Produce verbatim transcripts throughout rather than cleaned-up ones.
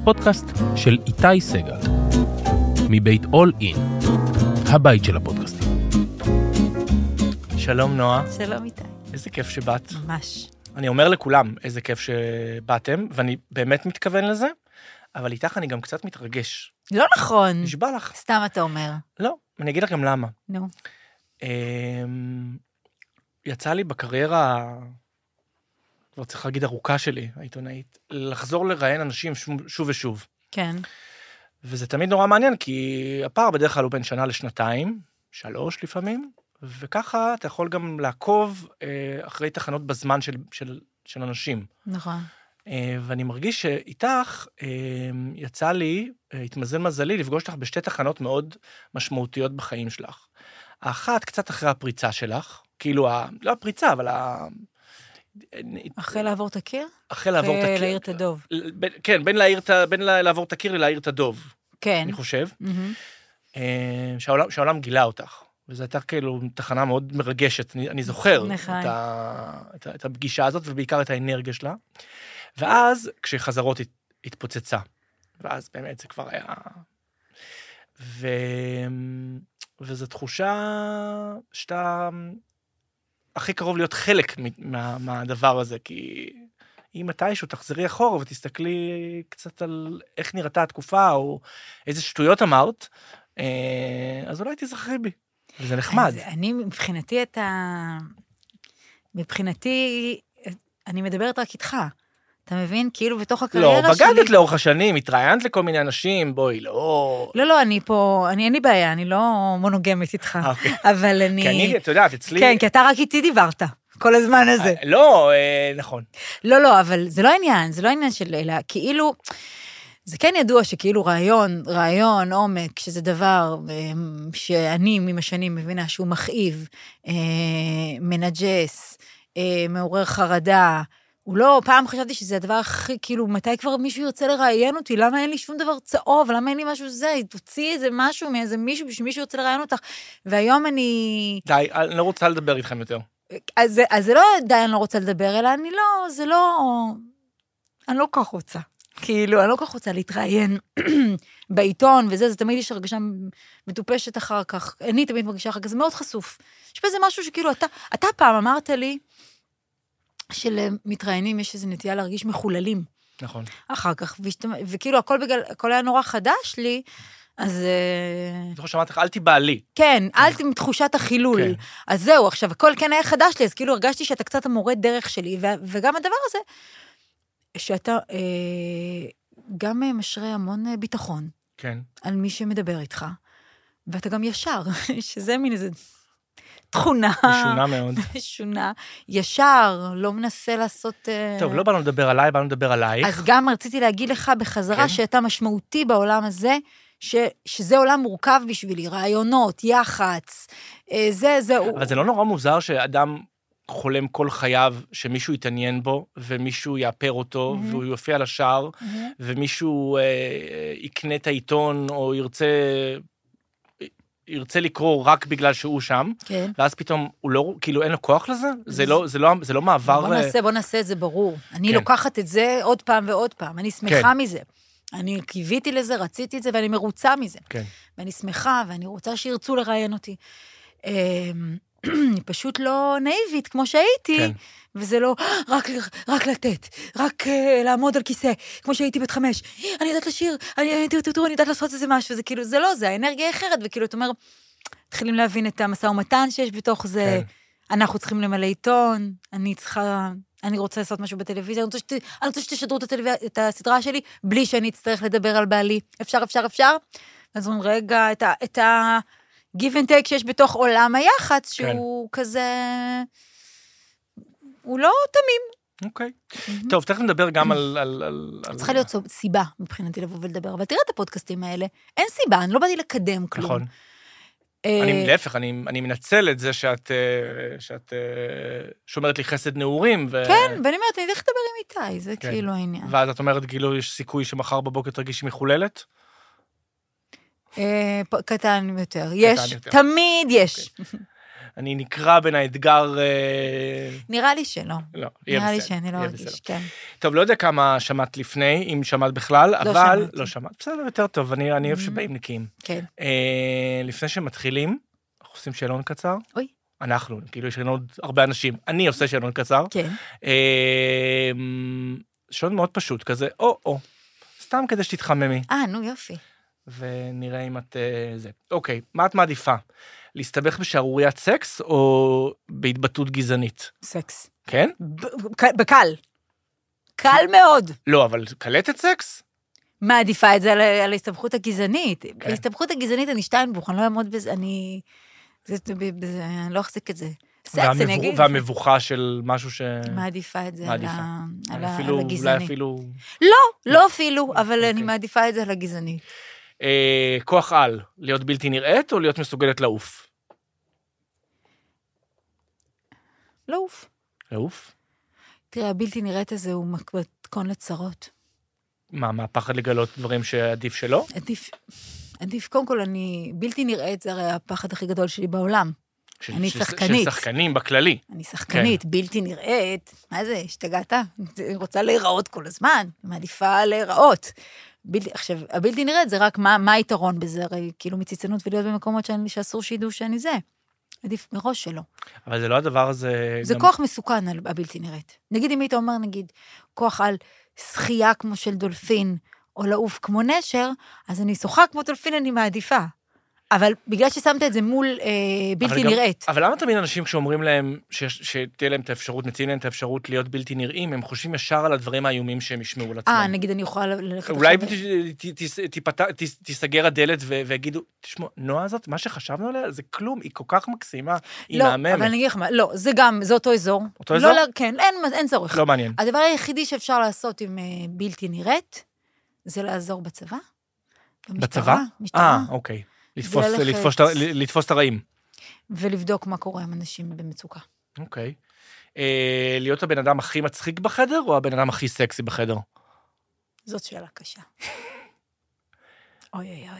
הפודקאסט של איתי סגל, מבית אול אין, הבית של הפודקאסטים. שלום נועה. שלום איתי. איזה כיף שבאת. ממש. אני אומר לכולם איזה כיף שבאתם, ואני באמת מתכוון לזה, אבל איתך אני גם קצת מתרגש. לא נכון. נשבע לך. סתם אתה אומר. לא, אני אגיד לך גם למה. נו. יצא לי בקריירה, כבר צריך להגיד ארוכה שלי, העיתונאית, לחזור לראיין אנשים שוב ושוב. כן. וזה תמיד נורא מעניין, כי הפער בדרך כלל הוא בין שנה לשנתיים, שלוש לפעמים, וככה אתה יכול גם לעקוב אחרי תחנות בזמן של, של, של אנשים. נכון. ואני מרגיש שאיתך יצא לי, התמזל מזלי, לפגוש אותך בשתי תחנות מאוד משמעותיות בחיים שלך. האחת, קצת אחרי הפריצה שלך, כאילו, ה... לא הפריצה, אבל ה... אחרי לעבור את הקיר? אחרי לעבור את הקיר. להעיר את הדוב. כן, בין, להעיר, בין לעבור את הקיר ללהעיר את הדוב. כן. אני חושב. שהעולם, שהעולם גילה אותך. וזו הייתה כאילו תחנה מאוד מרגשת. אני, אני זוכר את, ה, את, את הפגישה הזאת, ובעיקר את האנרגיה שלה. ואז, כשחזרות הת, התפוצצה. ואז באמת זה כבר היה... ו... וזו תחושה שאתה הכי קרוב להיות חלק מה, מהדבר הזה, כי אם מתישהו תחזרי אחורה ותסתכלי קצת על איך נראתה התקופה, או איזה שטויות אמרת, אז אולי תזכרי בי. וזה נחמד. אז אני מבחינתי את ה... מבחינתי, אני מדברת רק איתך. אתה מבין? כאילו בתוך הקריירה שלי... לא, בגדת לאורך השנים, התראיינת לכל מיני אנשים, בואי, לא... לא, לא, אני פה, אני אין לי בעיה, אני לא מונוגמית איתך. אבל אני... כי אני, אתה יודעת, אצלי... כן, כי אתה רק איתי דיברת, כל הזמן הזה. לא, נכון. לא, לא, אבל זה לא העניין, זה לא העניין של... אלא כאילו... זה כן ידוע שכאילו רעיון, רעיון, עומק, שזה דבר שאני עם השנים מבינה שהוא מכאיב, מנג'ס, מעורר חרדה, הוא לא, פעם חשבתי שזה הדבר הכי, כאילו, מתי כבר מישהו ירצה לראיין אותי? למה אין לי שום דבר צהוב? למה אין לי משהו זה? תוציא איזה משהו מאיזה מישהו, שמישהו ירצה לראיין אותך. והיום אני... די, אני לא רוצה לדבר איתכם יותר. אז, אז זה לא די, אני לא רוצה לדבר, אלא אני לא, זה לא... אני לא כך רוצה. כאילו, אני לא כך רוצה להתראיין בעיתון, וזה, זה תמיד יש הרגשה מטופשת אחר כך. אני תמיד מרגישה אחר כך, זה מאוד חשוף. יש בזה משהו שכאילו, אתה, אתה פעם אמרת לי, שלמתראיינים יש איזו נטייה להרגיש מחוללים. נכון. אחר כך, וכאילו הכל בגלל, הכל היה נורא חדש לי, אז... אני חושב שאמרת לך, אל תיבעלי. כן, אל תחושת החילול. אז זהו, עכשיו, הכל כן היה חדש לי, אז כאילו הרגשתי שאתה קצת המורה דרך שלי, וגם הדבר הזה, שאתה גם משרה המון ביטחון. כן. על מי שמדבר איתך, ואתה גם ישר, שזה מין איזה... תכונה. משונה מאוד. משונה. ישר, לא מנסה לעשות... טוב, לא באנו לדבר עליי, באנו לדבר עלייך. אז גם רציתי להגיד לך בחזרה, כן? שאתה משמעותי בעולם הזה, ש, שזה עולם מורכב בשבילי, רעיונות, יחץ, זה, זה... אבל זה לא נורא מוזר שאדם חולם כל חייו, שמישהו יתעניין בו, ומישהו יאפר אותו, mm-hmm. והוא יופיע על השער, mm-hmm. ומישהו אה, יקנה את העיתון, או ירצה... ירצה לקרוא רק בגלל שהוא שם, כן. ואז פתאום הוא לא, כאילו אין לו כוח לזה? זה לא, זה לא, זה לא מעבר... בוא נעשה, בוא נעשה את זה ברור. אני כן. לוקחת את זה עוד פעם ועוד פעם, אני שמחה כן. מזה. אני קיוויתי לזה, רציתי את זה, ואני מרוצה מזה. כן. ואני שמחה, ואני רוצה שירצו לראיין אותי. אני פשוט לא נאיבית, כמו שהייתי, כן. וזה לא, רק, רק לתת, רק uh, לעמוד על כיסא, כמו שהייתי בת חמש, אני יודעת לשיר, אני, תראו, תראו, אני יודעת לעשות איזה משהו, וזה כאילו, זה לא, זה האנרגיה אחרת, וכאילו, אתה אומר, מתחילים להבין את המשא ומתן שיש בתוך זה, כן. אנחנו צריכים למלא עיתון, אני צריכה, אני רוצה לעשות משהו בטלוויזיה, אני רוצה, שת, אני רוצה שתשדרו את, הטלוויזיה, את הסדרה שלי, בלי שאני אצטרך לדבר על בעלי, אפשר, אפשר, אפשר, אז אומרים, רגע, את ה, את ה, give and take שיש בתוך עולם היחץ, שהוא כן. כזה... הוא לא תמים. אוקיי. טוב, תכף נדבר גם על... צריכה להיות סיבה מבחינתי לבוא ולדבר, אבל תראה את הפודקאסטים האלה, אין סיבה, אני לא באתי לקדם כלום. נכון. אני, להפך, אני מנצל את זה שאת שומרת לי חסד נעורים. כן, ואני אומרת, אני הולך לדבר עם איתי, זה כאילו העניין. ואז את אומרת, כאילו, יש סיכוי שמחר בבוקר תרגיש מחוללת? קטן יותר. יש, תמיד יש. אני נקרא בין האתגר... נראה לי שלא. לא, נראה לי שאני לא ארגיש, כן. טוב, לא יודע כמה שמעת לפני, אם שמעת בכלל, אבל לא שמעת. בסדר, יותר טוב, אני אוהב שבאים נקיים. כן. לפני שמתחילים, אנחנו עושים שאלון קצר. אוי. אנחנו, כאילו יש לנו עוד הרבה אנשים. אני עושה שאלון קצר. כן. שאלון מאוד פשוט, כזה, או-או. סתם כדי שתתחממי. אה, נו יופי. ונראה אם את... זה. אוקיי, מה את מעדיפה? להסתבך בשערוריית סקס, או בהתבטאות גזענית? סקס. כן? בקל. קל מאוד. לא, אבל קלטת סקס? מעדיפה את זה על ההסתבכות הגזענית. ההסתבכות הגזענית, אני שטיינבוך, אני לא אעמוד בזה, אני... אני לא אחזיק את זה. סקס, אני אגיד. והמבוכה של משהו ש... מעדיפה את זה על הגזענית. אולי אפילו... לא, לא אפילו, אבל אני מעדיפה את זה על הגזענית. כוח על, להיות בלתי נראית, או להיות מסוגלת לעוף? לעוף. לעוף? תראה, הבלתי נראית הזה הוא מתכון לצרות. מה, מה, פחד לגלות דברים שעדיף שלא? עדיף, עדיף, קודם כל, אני, בלתי נראית, זה הרי הפחד הכי גדול שלי בעולם. של, אני של, שחקנית. של שחקנים בכללי. אני שחקנית, כן. בלתי נראית. מה זה, השתגעת? אני רוצה להיראות כל הזמן, מעדיפה להיראות. בלתי, עכשיו, הבלתי נראית זה רק מה, מה היתרון בזה, הרי כאילו מציצנות ולהיות במקומות שאני, שאסור שידעו שאני זה. עדיף מראש שלא. אבל זה לא הדבר הזה... זה גם... כוח מסוכן על הבלתי נראית. נגיד אם היית אומר, נגיד, כוח על שחייה כמו של דולפין, או לעוף כמו נשר, אז אני שוחה כמו דולפין, אני מעדיפה. אבל בגלל ששמת את זה מול אה, בלתי אבל נראית. גם, אבל למה תמיד אנשים כשאומרים להם, ש, שתהיה להם את האפשרות, מציעים להם את האפשרות להיות בלתי נראים, הם חושבים ישר על הדברים האיומים שהם ישמעו לעצמם. אה, נגיד אני יכולה ללכת... אולי תיסגר הדלת ויגידו, תשמעו, נועה הזאת, מה שחשבנו עליה, זה כלום, היא כל כך מקסימה, היא מהממת. לא, אבל אני אגיד לך מה, לא, זה גם, זה אותו אזור. אותו אזור? לא, כן, אין, אין צורך. לא מעניין. הדבר היחידי שאפשר לעשות עם בלתי נראית, זה לעזור בצבא. בצבא? אה, אוקיי. לתפוס, לתפוס, לתפוס את הרעים. ולבדוק מה קורה עם אנשים במצוקה. אוקיי. אה, להיות הבן אדם הכי מצחיק בחדר, או הבן אדם הכי סקסי בחדר? זאת שאלה קשה. אוי אוי אוי.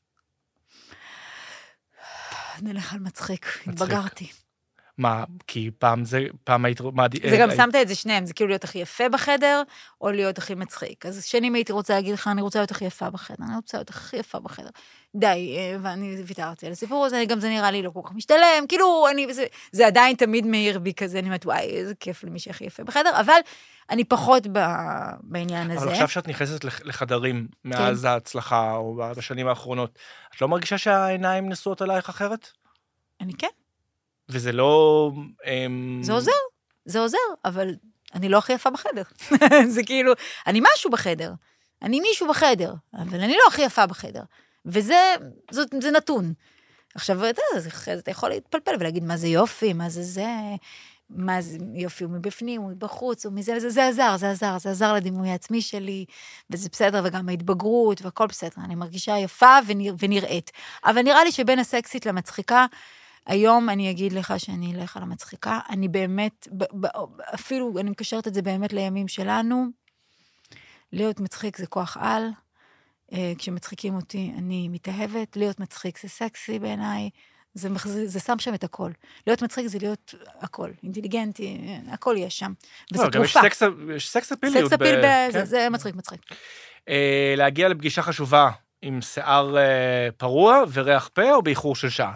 נלך על מצחיק, התבגרתי. מה, כי פעם זה, פעם היית... זה גם שמת את זה שניהם, זה כאילו להיות הכי יפה בחדר, או להיות הכי מצחיק. אז שנים הייתי רוצה להגיד לך, אני רוצה להיות הכי יפה בחדר, אני רוצה להיות הכי יפה בחדר. די, ואני ויתרתי על הסיפור הזה, גם זה נראה לי לא כל כך משתלם, כאילו, אני, זה, זה עדיין תמיד מאיר בי כזה, אני אומרת, וואי, איזה כיף למי שהכי יפה בחדר, אבל אני פחות ב, בעניין הזה. אבל עכשיו שאת נכנסת לחדרים, מאז ההצלחה, או בשנים האחרונות, את לא מרגישה שהעיניים נשואות עלייך אחרת? אני כן. וזה לא... זה עוזר, זה עוזר, אבל אני לא הכי יפה בחדר. זה כאילו, אני משהו בחדר, אני מישהו בחדר, אבל אני לא הכי יפה בחדר. וזה, זאת, זה נתון. עכשיו, אתה, אתה יכול להתפלפל ולהגיד מה זה יופי, מה זה זה, מה זה יופי, הוא מבפנים, הוא מבחוץ, הוא מזה, וזה, זה עזר, זה עזר, זה עזר לדימוי העצמי שלי, וזה בסדר, וגם ההתבגרות, והכל בסדר. אני מרגישה יפה ונרא, ונראית. אבל נראה לי שבין הסקסית למצחיקה, היום אני אגיד לך שאני אלך על המצחיקה, אני באמת, אפילו אני מקשרת את זה באמת לימים שלנו, להיות מצחיק זה כוח על, כשמצחיקים אותי אני מתאהבת, להיות מצחיק זה סקסי בעיניי, זה, זה שם שם את הכל. להיות מצחיק זה להיות הכל, אינטליגנטי, הכל יש שם. וזה תרופה. יש סקס אפיליות. סקס אפיל, זה מצחיק, מצחיק. להגיע לפגישה חשובה עם שיער פרוע וריח פה, או באיחור של שעה?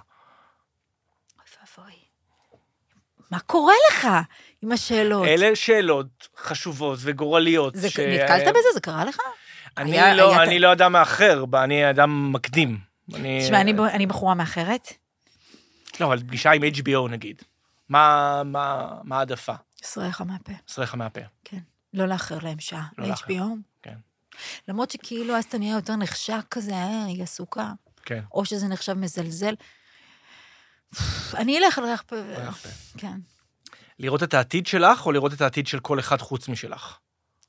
מה קורה לך עם השאלות? אלה שאלות חשובות וגורליות. נתקלת בזה? זה קרה לך? אני לא אדם מאחר, אני אדם מקדים. תשמע, אני בחורה מאחרת. לא, אבל פגישה עם אייץ' בי או נגיד. מה העדפה? עשריך מהפה. עשריך מהפה. כן. לא לאחר להם שעה. אייץ' בי או? כן. למרות שכאילו אז אתה נהיה יותר נחשק כזה, היא עסוקה. כן. או שזה נחשב מזלזל. אני אלך על ריח פה. ריח פה. כן. לראות את העתיד שלך, או לראות את העתיד של כל אחד חוץ משלך?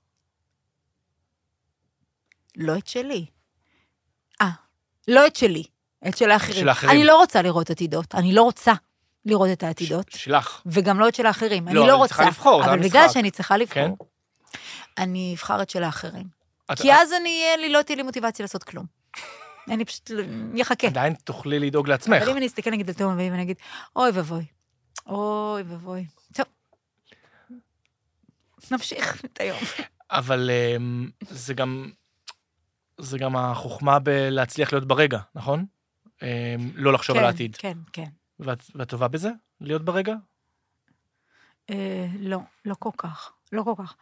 לא את שלי. אה, לא את שלי. את של האחרים. של האחרים. אני לא רוצה לראות עתידות. אני לא רוצה לראות את העתידות. שלך. וגם לא את של האחרים. לא, אני לא רוצה. צריכה לבחור, אבל בגלל שאני צריכה לבחור, כן? אני אבחר את של האחרים. את, כי את... אז אני, לי לא תהיה לי מוטיבציה לעשות כלום. אני פשוט יחכה. עדיין תוכלי לדאוג לעצמך. אבל אם אני אסתכל נגיד על תום אביב ואני אגיד, אוי ובוי, אוי ובוי. טוב. נמשיך את היום. אבל זה גם, זה גם החוכמה בלהצליח להיות ברגע, נכון? לא לחשוב על העתיד. כן, כן. ואת טובה בזה? להיות ברגע? לא, לא כל כך. לא כל כך.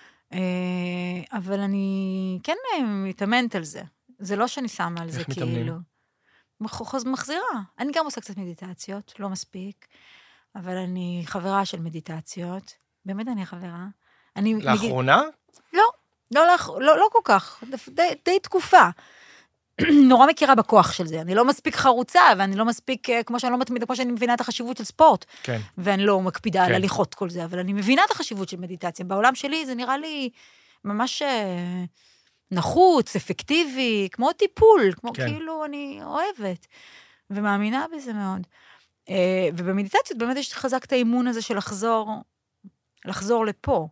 אבל אני כן מתאמנת על זה. זה לא שאני שמה על זה כאילו. איך מתאמנים? מחזירה. אני גם עושה קצת מדיטציות, לא מספיק, אבל אני חברה של מדיטציות. באמת אני חברה. לאחרונה? לא, לא, לא, לא כל כך. די, די תקופה. נורא מכירה בכוח של זה. אני לא מספיק חרוצה, ואני לא מספיק, כמו שאני לא מתמידה, כמו שאני מבינה את החשיבות של ספורט. כן. ואני לא מקפידה כן. על הליכות כל זה, אבל אני מבינה את החשיבות של מדיטציה. בעולם שלי זה נראה לי ממש נחוץ, אפקטיבי, כמו טיפול, כמו כן. כאילו אני אוהבת, ומאמינה בזה מאוד. ובמדיטציות באמת יש חזק את האימון הזה של לחזור, לחזור לפה.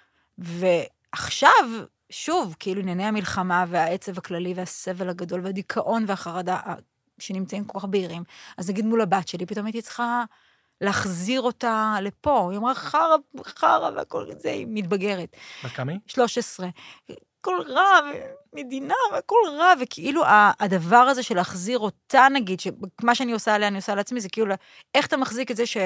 ועכשיו, שוב, כאילו ענייני המלחמה והעצב הכללי והסבל הגדול והדיכאון והחרדה שנמצאים כל כך בהירים, אז נגיד מול הבת שלי, פתאום הייתי צריכה להחזיר אותה לפה. היא אמרה, חרא, חרא, והכל זה, היא מתבגרת. בת כמה? שלוש עשרה. כל רע, מדינה, והכל רע, וכאילו הדבר הזה של להחזיר אותה, נגיד, שמה שאני עושה עליה, אני עושה על עצמי, זה כאילו, איך אתה מחזיק את זה ש...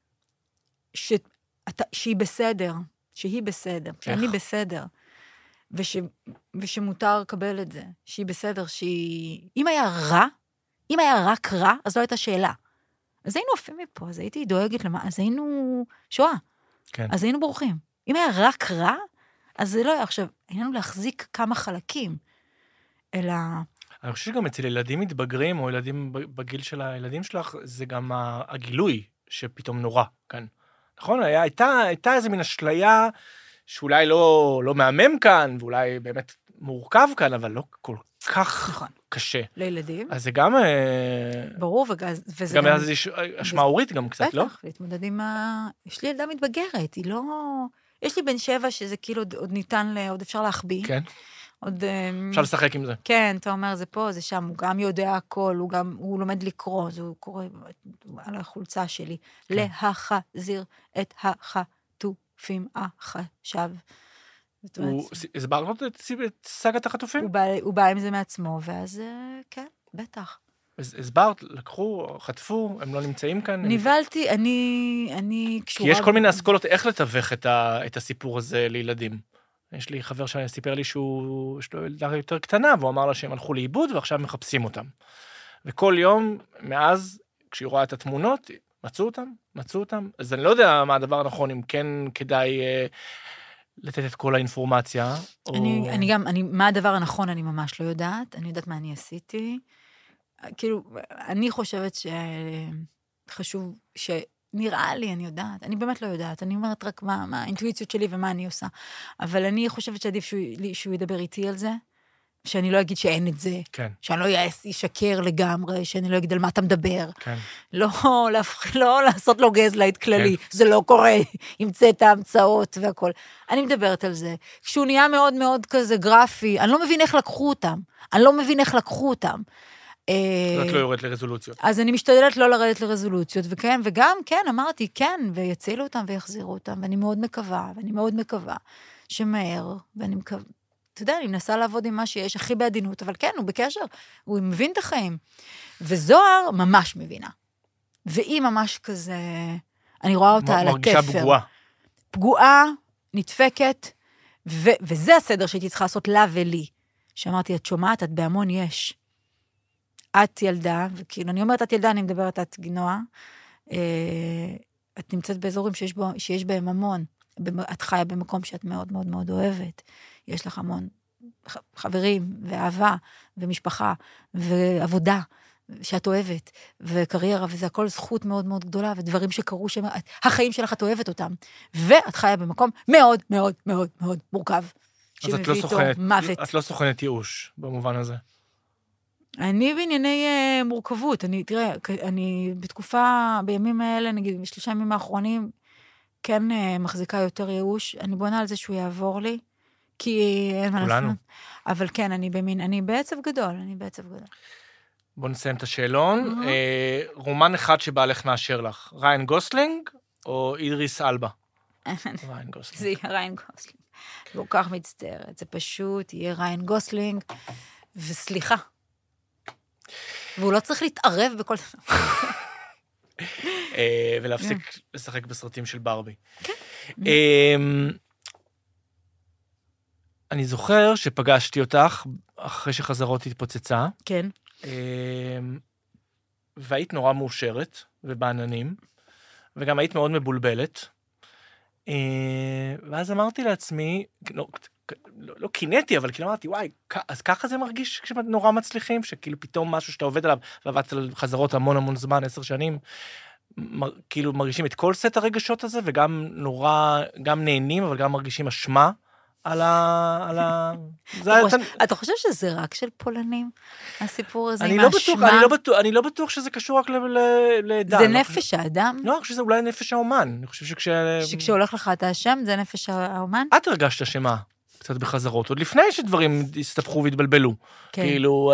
ש... שהיא בסדר, שהיא בסדר, שאני בסדר, וש... ושמותר לקבל את זה, שהיא בסדר, שהיא... אם היה רע, אם היה רק רע, אז לא הייתה שאלה. אז היינו עפים מפה, אז הייתי דואגת למה, אז היינו שואה. כן. אז היינו בורחים. אם היה רק רע, אז זה לא היה. עכשיו, היינו להחזיק כמה חלקים, אלא... אני חושב שגם אצל ילדים מתבגרים, או ילדים בגיל של הילדים שלך, זה גם הגילוי שפתאום נורא כאן. נכון? הייתה, הייתה איזו מין אשליה שאולי לא, לא מהמם כאן, ואולי באמת מורכב כאן, אבל לא כל כך נכון. קשה. לילדים. אז זה גם... ברור, וזה, וזה גם... גם איזו אשמה הורית גם קצת, לא? בטח, להתמודד עם ה... יש לי ילדה מתבגרת, היא לא... יש לי בן שבע שזה כאילו עוד, עוד ניתן, עוד אפשר להחביא. כן. עוד... אפשר לשחק עם זה. כן, אתה אומר, זה פה, זה שם, הוא גם יודע הכל, הוא גם, הוא לומד לקרוא, אז הוא קורא על החולצה שלי, כן. להחזיר את החטופים עכשיו. הוא הסבר לו את סגת החטופים? הוא בא, הוא בא עם זה מעצמו, ואז כן, בטח. הסברת, לקחו, חטפו, הם לא נמצאים כאן? ניבלתי, אני, אני קשורה... כי יש כל מיני אסכולות איך לתווך את, ה, את הסיפור הזה לילדים. יש לי חבר שסיפר לי שהוא, יש לו ילדה יותר קטנה, והוא אמר לה שהם הלכו לאיבוד, ועכשיו מחפשים אותם. וכל יום, מאז, כשהיא רואה את התמונות, מצאו אותם, מצאו אותם. אז אני לא יודע מה הדבר הנכון, אם כן כדאי אה, לתת את כל האינפורמציה. אני, או... אני גם, אני, מה הדבר הנכון אני ממש לא יודעת, אני יודעת מה אני עשיתי. כאילו, אני חושבת שחשוב, שנראה לי, אני יודעת, אני באמת לא יודעת, אני אומרת רק מה, מה האינטואיציות שלי ומה אני עושה, אבל אני חושבת שעדיף שהוא, שהוא ידבר איתי על זה, שאני לא אגיד שאין את זה, כן. שאני לא ישקר לגמרי, שאני לא אגיד על מה אתה מדבר, כן. לא, להפח, לא לעשות לו גזלייט כללי, כן. זה לא קורה, ימצא את ההמצאות והכל. אני מדברת על זה. כשהוא נהיה מאוד מאוד כזה גרפי, אני לא מבין איך לקחו אותם, אני לא מבין איך לקחו אותם, את לא יורדת לרזולוציות. אז אני משתדלת לא לרדת לרזולוציות, וכן, וגם, כן, אמרתי, כן, ויצילו אותם ויחזירו אותם, ואני מאוד מקווה, ואני מאוד מקווה שמהר, ואני מקווה, אתה יודע, אני מנסה לעבוד עם מה שיש, הכי בעדינות, אבל כן, הוא בקשר, הוא מבין את החיים. וזוהר ממש מבינה. והיא ממש כזה, אני רואה אותה על התפר. מרגישה פגועה. פגועה, נדפקת, ו- וזה הסדר שהייתי צריכה לעשות לה ולי. שאמרתי, את שומעת, את בהמון יש. את ילדה, וכאילו, אני אומרת, את ילדה, אני מדברת, את גנועה, את נמצאת באזורים שיש, בו, שיש בהם המון, את חיה במקום שאת מאוד מאוד מאוד אוהבת, יש לך המון חברים, ואהבה, ומשפחה, ועבודה, שאת אוהבת, וקריירה, וזה הכל זכות מאוד מאוד גדולה, ודברים שקרו, שהחיים שלך את אוהבת אותם, ואת חיה במקום מאוד מאוד מאוד מאוד מורכב, אז את לא סוכנת, את לא סוכנת ייאוש, במובן הזה. אני בענייני uh, מורכבות, אני, תראה, אני בתקופה, בימים האלה, נגיד, בשלושה ימים האחרונים, כן uh, מחזיקה יותר ייאוש, אני בונה על זה שהוא יעבור לי, כי אין מה לעשות. אבל כן, אני במין, אני בעצב גדול, אני בעצב גדול. בוא נסיים את השאלון. רומן אחד שבעלך מאשר לך, ריין גוסלינג או אידריס אלבה? ריין גוסלינג. זה יהיה ריין גוסלינג. כל כך מצטערת, זה פשוט יהיה ריין גוסלינג, וסליחה. והוא לא צריך להתערב בכל דבר. ולהפסיק לשחק בסרטים של ברבי. כן. אני זוכר שפגשתי אותך אחרי שחזרות התפוצצה. כן. והיית נורא מאושרת ובעננים, וגם היית מאוד מבולבלת. ואז אמרתי לעצמי, לא, לא קינאתי, אבל כאילו אמרתי, וואי, אז ככה זה מרגיש כשאתם נורא מצליחים, שכאילו פתאום משהו שאתה עובד עליו, ועבדת על חזרות המון המון זמן, עשר שנים, כאילו מרגישים את כל סט הרגשות הזה, וגם נורא, גם נהנים, אבל גם מרגישים אשמה על ה... על ה... אתה חושב שזה רק של פולנים? הסיפור הזה עם האשמה? אני לא בטוח שזה קשור רק לדם. זה נפש האדם? לא, אני חושב שזה אולי נפש האומן. אני חושב שכש... שכשהולך לך אתה אשם, זה נפש האומן? את הרגשת אשמה קצת בחזרות, עוד לפני שדברים הסתבכו והתבלבלו. כאילו...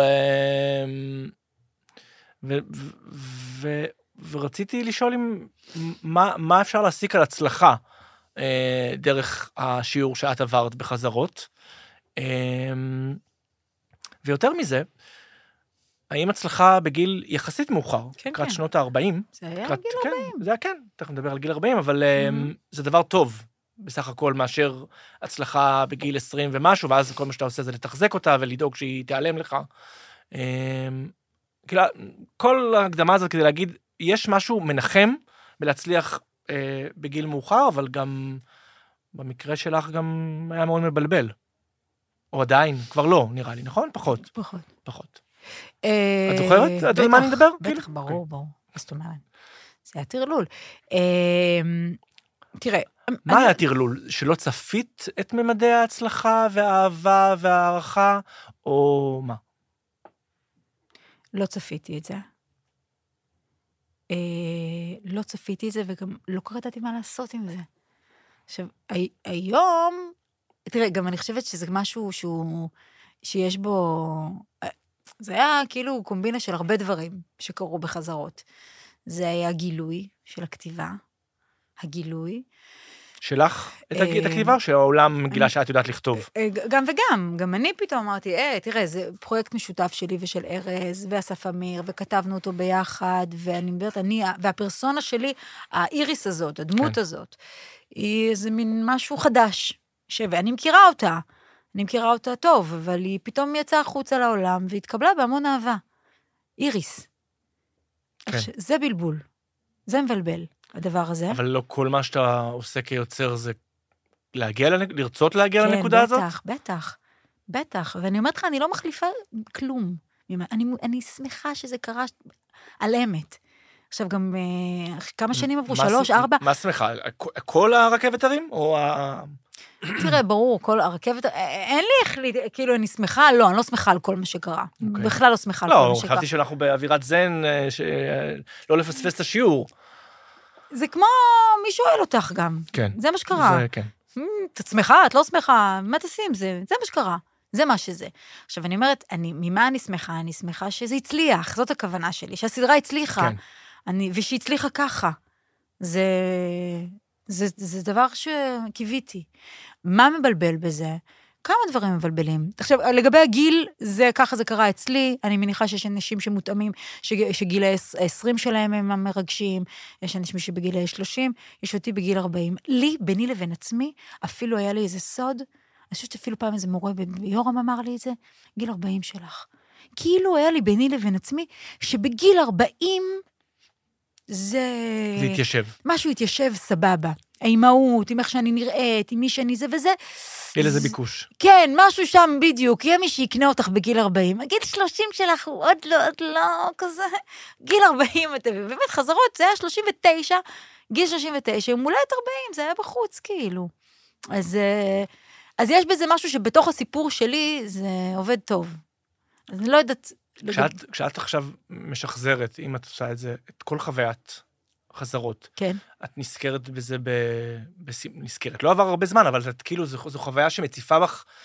ורציתי לשאול מה אפשר להסיק על הצלחה דרך השיעור שאת עברת בחזרות. ויותר מזה, האם הצלחה בגיל יחסית מאוחר, קראת שנות ה-ארבעים. זה היה גיל ארבעים. זה היה כן, תכף נדבר על גיל ארבעים, אבל זה דבר טוב, בסך הכל, מאשר הצלחה בגיל עשרים ומשהו, ואז כל מה שאתה עושה זה לתחזק אותה, ולדאוג שהיא תיעלם לך. כל ההקדמה הזאת כדי להגיד, יש משהו מנחם בלהצליח בגיל מאוחר, אבל גם במקרה שלך גם היה מאוד מבלבל. או עדיין, כבר לא, נראה לי, נכון? פחות. פחות. פחות. את זוכרת? את יודעת מה אני מדבר? בטח, ברור, ברור. מה זאת אומרת? זה היה טרלול. תראה. מה היה טרלול? שלא צפית את ממדי ההצלחה והאהבה והערכה, או מה? לא צפיתי את זה. לא צפיתי את זה, וגם לא קראתי מה לעשות עם זה. עכשיו, היום, תראה, גם אני חושבת שזה משהו שהוא, שיש בו, זה היה כאילו קומבינה של הרבה דברים שקרו בחזרות. זה היה גילוי של הכתיבה, הגילוי. שלך את הכתיבה, או שהעולם גילה שאת יודעת לכתוב? גם וגם, גם אני פתאום אמרתי, אה, תראה, זה פרויקט משותף שלי ושל ארז, ואסף אמיר, וכתבנו אותו ביחד, ואני מדברת, אני, והפרסונה שלי, האיריס הזאת, הדמות הזאת, היא איזה מין משהו חדש, ואני מכירה אותה, אני מכירה אותה טוב, אבל היא פתאום יצאה החוצה לעולם, והתקבלה בהמון אהבה. איריס. זה בלבול. זה מבלבל, הדבר הזה. אבל לא כל מה שאתה עושה כיוצר זה להגיע, לרצות להגיע לנקודה הזאת? כן, בטח, בטח, בטח. ואני אומרת לך, אני לא מחליפה כלום. אני, אני שמחה שזה קרה על אמת. עכשיו גם כמה שנים עברו, שלוש, ארבע. מה שמחה? כל הרכבת הרים? או ה... תראה, ברור, כל הרכבת, אין לי איך, כאילו, אני שמחה, לא, אני לא שמחה על כל מה שקרה. בכלל לא שמחה על כל מה שקרה. לא, חשבתי שאנחנו באווירת זן, לא לפספס את השיעור. זה כמו מי שואל אותך גם. כן. זה מה שקרה. זה, כן. את שמחה, את לא שמחה, מה תשים? זה, זה מה שקרה. זה מה שזה. עכשיו, אני אומרת, אני, ממה אני שמחה? אני שמחה שזה הצליח, זאת הכוונה שלי, שהסדרה הצליחה. כן. אני, ושהצליחה ככה. זה, זה, זה דבר שקיוויתי. מה מבלבל בזה? כמה דברים מבלבלים. עכשיו, לגבי הגיל, זה, ככה זה קרה אצלי, אני מניחה שיש אנשים שמותאמים, שגיל ה-עשרים שלהם הם המרגשים, יש אנשים שבגיל ה-שלושים, יש אותי בגיל ארבעים. לי, ביני לבין עצמי, אפילו היה לי איזה סוד, אני חושבת שאפילו פעם איזה מורה ביורם אמר לי את זה, גיל ארבעים שלך. כאילו היה לי ביני לבין עצמי, שבגיל ארבעים, זה... זה התיישב. משהו התיישב סבבה. האימהות, עם איך שאני נראית, עם מי שאני זה וזה. אלה זה ביקוש. כן, משהו שם בדיוק. יהיה מי שיקנה אותך בגיל ארבעים. גיל שלושים שלך הוא עוד לא, עוד לא, כזה. גיל ארבעים, באמת חזרות, זה היה שלושים ותשע, גיל שלושים ותשע, הוא מולט ארבעים, זה היה בחוץ, כאילו. אז, אז יש בזה משהו שבתוך הסיפור שלי, זה עובד טוב. אז אני לא יודעת... כשאת, כשאת עכשיו משחזרת, אם את עושה את זה, את כל חוויית חזרות, כן. את נזכרת בזה ב... נזכרת. לא עבר הרבה זמן, אבל את כאילו, זו, זו חוויה שמציפה בך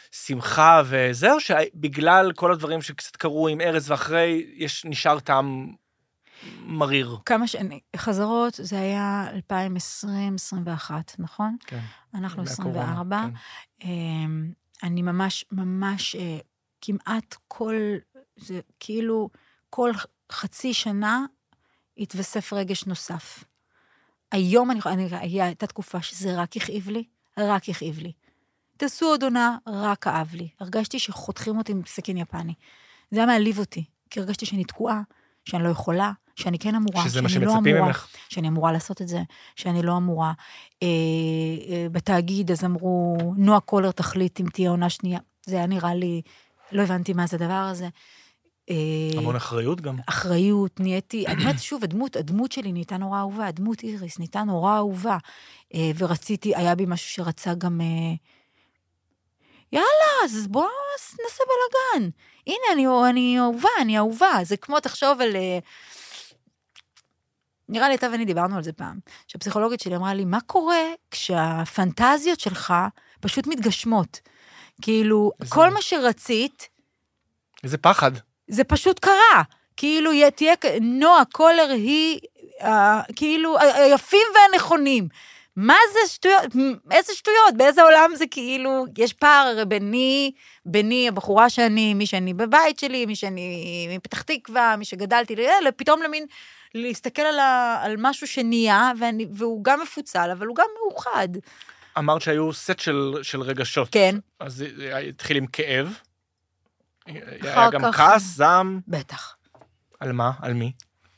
שמחה וזהו, שבגלל כל הדברים שקצת קרו עם ארז ואחרי, יש נשאר טעם מריר. כמה שני, חזרות, זה היה אלפיים עשרים עשרים ואחת, נכון? כן. אנחנו עשרים וארבע. כן. אני ממש, ממש, כמעט כל, זה כאילו, כל חצי שנה, התווסף רגש נוסף. היום אני, אני, הייתה תקופה שזה רק הכאיב לי, רק הכאיב לי. תעשו עוד עונה, רק כאב לי. הרגשתי שחותכים אותי עם סכין יפני. זה היה מעליב אותי, כי הרגשתי שאני תקועה, שאני לא יכולה, שאני כן אמורה, שאני לא אמורה, ממך. שאני אמורה לעשות את זה, שאני לא אמורה. אה, אה, בתאגיד, אז אמרו, נועה קולר תחליט אם תהיה עונה שנייה. זה היה נראה לי, לא הבנתי מה זה הדבר הזה. המון אחריות גם. אחריות, נהייתי, אני אומרת שוב, הדמות, הדמות שלי נהייתה נורא אהובה, הדמות איריס נהייתה נורא אהובה, ורציתי, היה בי משהו שרצה גם, יאללה, אז בוא נעשה בלגן. הנה, אני, אני אהובה, אני אהובה. זה כמו תחשוב על, נראה לי, אתה ואני דיברנו על זה פעם, שהפסיכולוגית שלי אמרה לי, מה קורה כשהפנטזיות שלך פשוט מתגשמות? כאילו, כל מה שרצית, איזה פחד. זה פשוט קרה, כאילו תהיה, נועה קולר היא, אה, כאילו, היפים והנכונים. מה זה שטויות, איזה שטויות, באיזה עולם זה כאילו, יש פער ביני, ביני הבחורה שאני, מי שאני בבית שלי, מי שאני מפתח תקווה, מי שגדלתי, פתאום למין, להסתכל על, ה, על משהו שנהיה, ואני, והוא גם מפוצל, אבל הוא גם מאוחד. אמרת שהיו סט של, של רגשות. כן. אז התחיל עם כאב. היה גם כעס, זעם. בטח. על מה? על מי?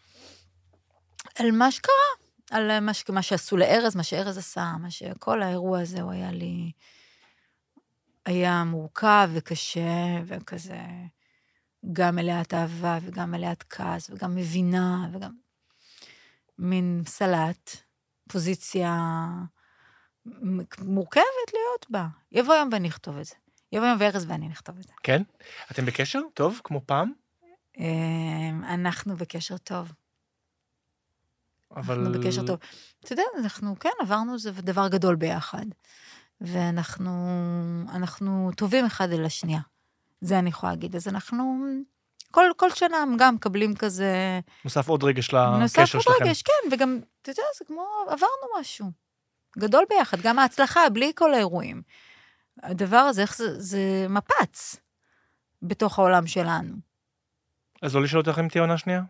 על מה שקרה. על מה, מה שעשו לארז, מה שארז עשה, מה שכל האירוע הזה הוא היה לי, היה מורכב וקשה, וכזה, גם מלאת אהבה, וגם מלאת כעס, וגם מבינה, וגם מין סלט, פוזיציה מורכבת להיות בה. יבוא יום ואני אכתוב את זה. יבוא יום וארז ואני נכתוב את זה. כן? אתם בקשר טוב, כמו פעם? אנחנו בקשר טוב. אבל... אנחנו בקשר טוב. אתה יודע, אנחנו, כן, עברנו זה דבר גדול ביחד. ואנחנו, אנחנו טובים אחד אל השנייה. זה אני יכולה להגיד. אז אנחנו, כל, כל שנה גם מקבלים כזה... נוסף עוד רגש לקשר שלכם. נוסף עוד רגש, כן, וגם, אתה יודע, זה כמו, עברנו משהו. גדול ביחד, גם ההצלחה, בלי כל האירועים. הדבר הזה, איך זה, זה מפץ בתוך העולם שלנו. אז לא לשאול אותך אם תהיה עונה שנייה?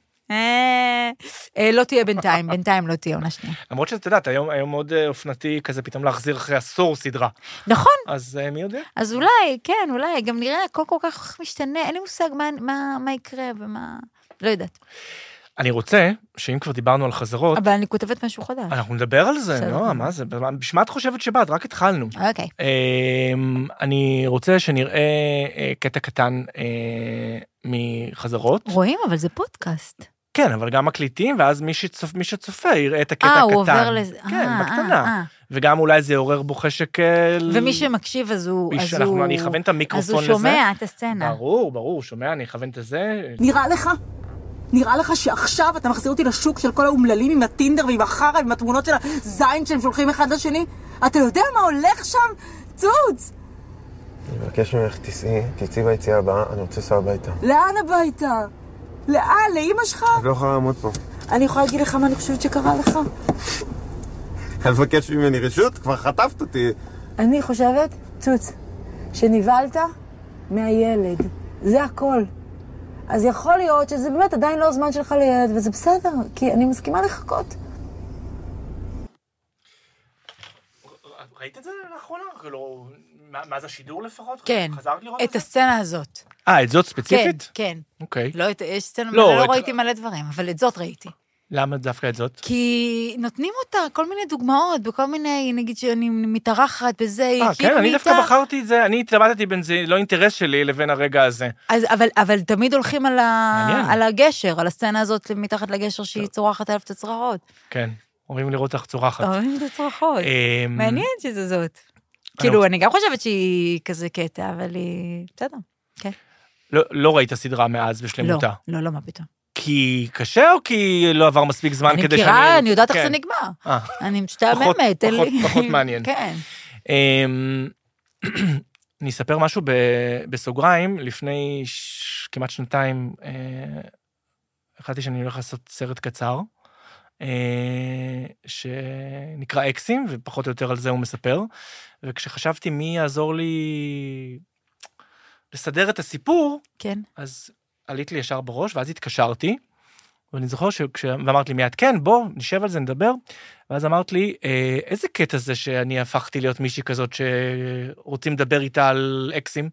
לא תהיה בינתיים, בינתיים לא תהיה עונה שנייה. למרות שאת יודעת, היום מאוד אופנתי כזה פתאום להחזיר אחרי עשור סדרה. נכון. אז מי יודע? אז אולי, כן, אולי, גם נראה, הכל כל כך משתנה, אין לי מושג מה יקרה ומה, לא יודעת. אני רוצה, שאם כבר דיברנו על חזרות... אבל אני כותבת משהו חדש. אנחנו נדבר על זה, לא, מה זה? בשמה את חושבת שבאת, רק התחלנו. אוקיי. אני רוצה שנראה קטע קטן מחזרות. רואים, אבל זה פודקאסט. כן, אבל גם מקליטים, ואז מי שצופה יראה את הקטע הקטן. אה, הוא עובר לזה. כן, בקטנה. וגם אולי זה יעורר בו חשק... ומי שמקשיב, אז הוא... אני אכוון את המיקרופון לזה. אז הוא שומע את הסצנה. ברור, ברור, שומע, אני אכוון את זה. נראה לך? נראה לך שעכשיו אתה מחזיר אותי לשוק של כל האומללים עם הטינדר ועם החרה, עם התמונות של הזין שהם שולחים אחד לשני? אתה יודע מה הולך שם? צוץ! אני מבקש ממך, תצאי, תצאי ביציאה הבאה, אני רוצה לנסוע הביתה. לאן הביתה? לאן? לאמא שלך? את לא יכולה לעמוד פה. אני יכולה להגיד לך מה אני חושבת שקרה לך? אני מבקש ממני רשות? כבר חטפת אותי. אני חושבת, צוץ, שנבלת מהילד. זה הכל. אז יכול להיות שזה באמת עדיין לא הזמן שלך לילד, וזה בסדר, כי אני מסכימה לחכות. ראית את זה לאחרונה? מה זה השידור לפחות? כן, חזרת לראות את את הסצנה הזאת. אה, את זאת ספציפית? כן, כן. אוקיי. לא, יש סצנה, לא ראיתי מלא דברים, אבל את זאת ראיתי. למה דווקא את זאת? כי נותנים אותה כל מיני דוגמאות, בכל מיני, נגיד שאני מתארחת בזה, אה, כן, אני דווקא בחרתי את זה, אני התלבטתי בין זה, לא אינטרס שלי לבין הרגע הזה. אז, אבל, אבל תמיד הולכים על, ה... על הגשר, על הסצנה הזאת מתחת לגשר שהיא צורחת אלף את הצרחות. כן, אומרים לראות לך צורחת. אומרים את הצרחות. מעניין שזה זאת. כאילו, אני גם חושבת שהיא כזה קטע, אבל היא... בסדר, כן. לא ראית הסדרה מאז בשלמותה? לא, לא, לא, מה פתאום. כי קשה או כי לא עבר מספיק זמן כדי שאני... אני מכירה, אני יודעת איך זה נגמר. אני משתעממת. פחות מעניין. כן. אני אספר משהו בסוגריים, לפני כמעט שנתיים, החלטתי שאני הולך לעשות סרט קצר, שנקרא אקסים, ופחות או יותר על זה הוא מספר, וכשחשבתי מי יעזור לי לסדר את הסיפור, כן. אז עלית לי ישר בראש, ואז התקשרתי, ואני זוכר שאמרת לי מיד, כן, בוא, נשב על זה, נדבר, ואז אמרת לי, איזה קטע זה שאני הפכתי להיות מישהי כזאת שרוצים לדבר איתה על אקסים,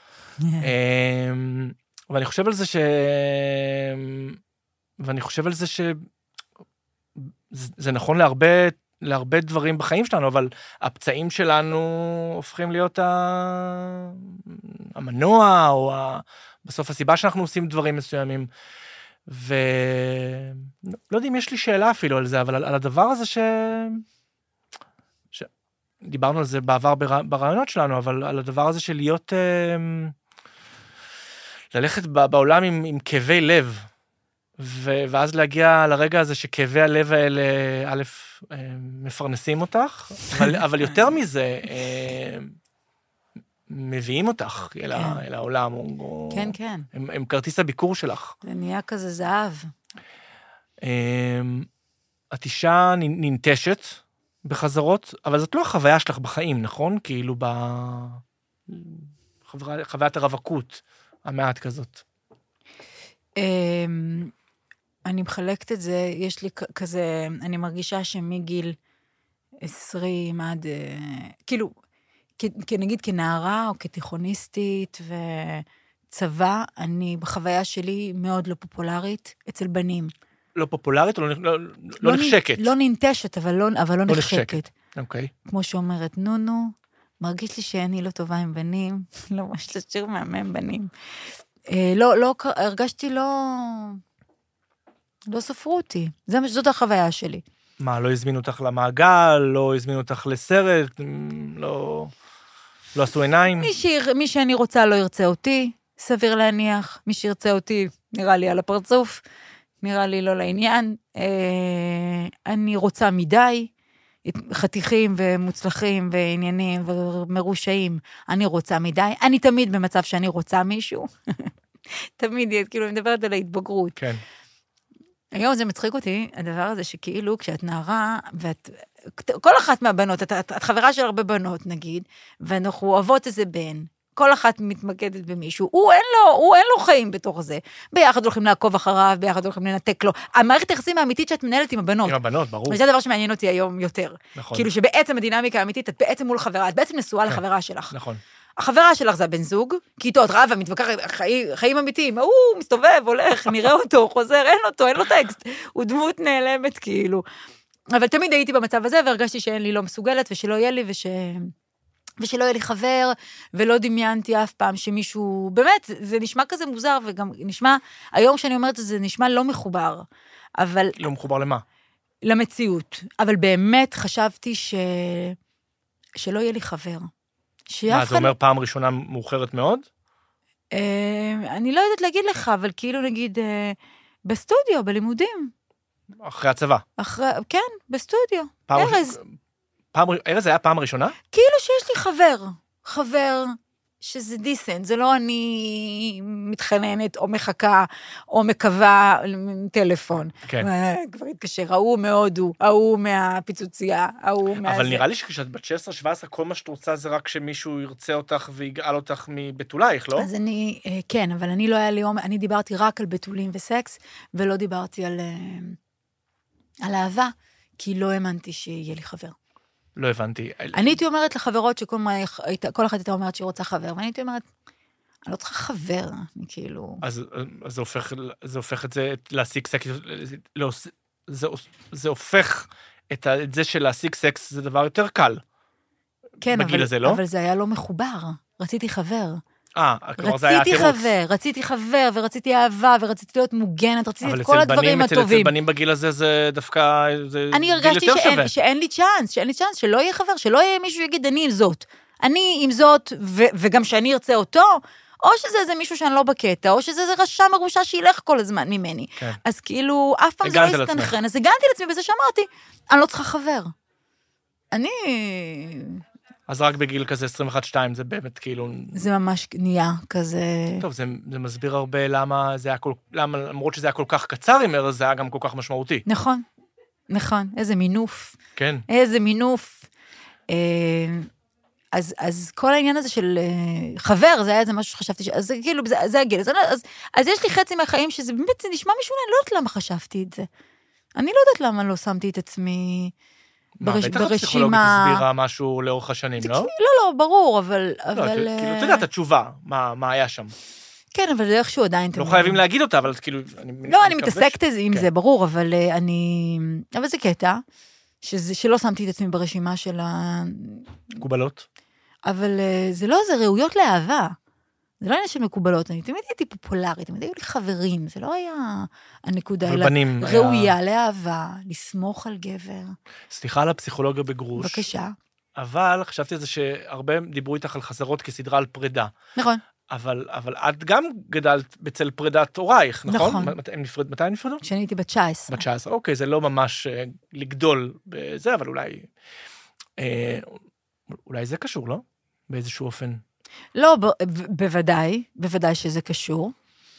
ואני חושב על זה ש... ואני חושב על זה ש... זה נכון להרבה, להרבה דברים בחיים שלנו, אבל הפצעים שלנו הופכים להיות המנוע, או בסוף הסיבה שאנחנו עושים דברים מסוימים. ולא יודע אם יש לי שאלה אפילו על זה, אבל על, על הדבר הזה ש... ש... דיברנו על זה בעבר ברעיונות שלנו, אבל על הדבר הזה של להיות... ללכת בעולם עם, עם כאבי לב, ו... ואז להגיע לרגע הזה שכאבי הלב האלה, א', מפרנסים אותך, אבל, אבל יותר מזה, מביאים אותך אל, כן. אל העולם. או, כן, כן. הם, הם כרטיס הביקור שלך. זה נהיה כזה זהב. את אישה ננטשת בחזרות, אבל זאת לא החוויה שלך בחיים, נכון? כאילו בחוויית הרווקות, המעט כזאת. אני מחלקת את זה, יש לי כזה, אני מרגישה שמגיל עשרים עד, כאילו, כנגיד כנערה או כתיכוניסטית וצבא, אני בחוויה שלי מאוד לא פופולרית אצל בנים. לא פופולרית או לא, לא, לא נחשקת? לא ננטשת, אבל לא, אבל לא, לא נחשקת. אוקיי. כמו שאומרת, נו נו, מרגיש לי שאני לא טובה עם בנים, לא ממש לשיר מהמם בנים. לא, לא, הרגשתי לא, לא ספרו אותי. זאת החוויה שלי. מה, לא הזמינו אותך למעגל, לא הזמינו אותך לסרט, לא, לא עשו עיניים? מי, שיר, מי שאני רוצה לא ירצה אותי, סביר להניח. מי שירצה אותי, נראה לי על הפרצוף, נראה לי לא לעניין. אני רוצה מדי, חתיכים ומוצלחים ועניינים ומרושעים, אני רוצה מדי. אני תמיד במצב שאני רוצה מישהו. תמיד, כאילו, אני מדברת על ההתבגרות. כן. היום זה מצחיק אותי, הדבר הזה שכאילו, כשאת נערה, ואת, כל אחת מהבנות, את, את, את חברה של הרבה בנות, נגיד, ואנחנו אוהבות איזה בן, כל אחת מתמקדת במישהו, הוא אין לו, הוא אין לו חיים בתוך זה. ביחד הולכים לעקוב אחריו, ביחד הולכים לנתק לו. המערכת היחסים האמיתית שאת מנהלת עם הבנות. עם הבנות, ברור. וזה הדבר שמעניין אותי היום יותר. נכון. כאילו שבעצם הדינמיקה האמיתית, את בעצם מול חברה, את בעצם נשואה כן. לחברה שלך. נכון. החברה שלך זה הבן זוג, כיתות רבה, מתווכחת, חיים, חיים אמיתיים, הוא מסתובב, הולך, נראה אותו, חוזר, אין אותו, אין לו טקסט, הוא דמות נעלמת כאילו. אבל תמיד הייתי במצב הזה, והרגשתי שאין לי לא מסוגלת, ושלא יהיה לי, וש... ושלא יהיה לי חבר, ולא דמיינתי אף פעם שמישהו, באמת, זה נשמע כזה מוזר, וגם נשמע, היום שאני אומרת, זה נשמע לא מחובר, אבל... לא מחובר למה? למציאות. אבל באמת חשבתי ש... שלא יהיה לי חבר. מה, זה אומר פעם ראשונה מאוחרת מאוד? אני לא יודעת להגיד לך, אבל כאילו נגיד, בסטודיו, בלימודים. אחרי הצבא? כן, בסטודיו. ארז. ארז היה פעם ראשונה? כאילו שיש לי חבר. חבר שזה דיסנט, זה לא אני מתחננת או מחכה או מקווה טלפון. כן. כבר התקשר, ההוא מהודו, ההוא מהפיצוצייה, ההוא מה... אבל נראה לי שכשאת בת שש עשרה שבע עשרה, כל מה שאת רוצה זה רק שמישהו ירצה אותך ויגאל אותך מבתולייך, לא? אז אני, כן, אבל אני לא היה לי יום, אני דיברתי רק על בתולים וסקס, ולא דיברתי על, על אהבה, כי לא האמנתי שיהיה לי חבר. לא הבנתי. אני הייתי אומרת לחברות שכל כל אחת הייתה אומרת שהיא רוצה חבר, ואני הייתי אומרת, אני לא צריכה חבר, אני כאילו... אז, אז זה הופך, זה הופך את זה, להשיג סקס, זה, זה הופך את, את זה של להשיג סקס, זה דבר יותר קל. כן, בגיל אבל, הזה, לא? אבל זה היה לא מחובר. רציתי חבר. אה, כבר זה היה תירוץ. רציתי חבר, רציתי חבר, ורציתי אהבה, ורציתי להיות מוגנת, רציתי את כל הדברים הטובים. אבל אצל בנים בגיל הזה זה דווקא, זה אני הרגשתי שאין, שאין לי צ'אנס, שאין לי צ'אנס, שלא יהיה חבר, שלא יהיה מישהו יגיד, אני עם זאת. אני עם זאת, ו- וגם שאני ארצה אותו, או שזה זה מישהו שאני לא בקטע, או שזה זה רשע מרושע שילך כל הזמן ממני. כן. אז כאילו, אף פעם זה לא הסתנכרן. אז הגנתי לעצמי בזה שאמרתי, אני לא צריכה חבר. אני... אז רק בגיל כזה עשרים ואחת שתיים, זה באמת כאילו... זה ממש נהיה כזה... טוב, זה, זה מסביר הרבה למה זה היה כל... למה, למרות שזה היה כל כך קצר, אמר, זה היה גם כל כך משמעותי. נכון, נכון. איזה מינוף. כן. איזה מינוף. אז, אז כל העניין הזה של חבר, זה היה איזה משהו שחשבתי, ש... אז זה כאילו, זה, זה הגיל. אז, אז, אז יש לי חצי מהחיים שזה באמת, זה נשמע משונה, אני לא יודעת למה חשבתי את זה. אני לא יודעת למה לא שמתי את עצמי... מה, ברש... בטח הפסיכולוגית הסבירה משהו לאורך השנים, לא? לא, לא, ברור, אבל... לא, אבל... כאילו, אתה יודע את התשובה, מה, מה היה שם. כן, אבל זה איכשהו עדיין... לא חייבים להגיד אותה, אבל כאילו... לא, אני מתעסקת עם זה, ברור, אבל אני... אבל זה קטע, שלא שמתי את עצמי ברשימה של ה... מקובלות. אבל זה לא, זה ראויות לאהבה. זה לא עניין של מקובלות, אני תמיד הייתי פופולרית, תמיד היו לי חברים, זה לא היה הנקודה, אלא ראויה לאהבה, לסמוך על גבר. סליחה על הפסיכולוגיה בגרוש. בבקשה. אבל חשבתי על זה שהרבה דיברו איתך על חזרות כסדרה על פרידה. נכון. אבל, אבל את גם גדלת בצל פרידת הורייך, נכון? נכון. מת, נפרד, מתי נפרדו? כשאני הייתי בת תשע עשרה. בת תשע עשרה, אוקיי, זה לא ממש אה, לגדול בזה, אבל אולי... אה, אולי זה קשור, לא? באיזשהו אופן. לא, ב- ב- בוודאי, בוודאי שזה קשור.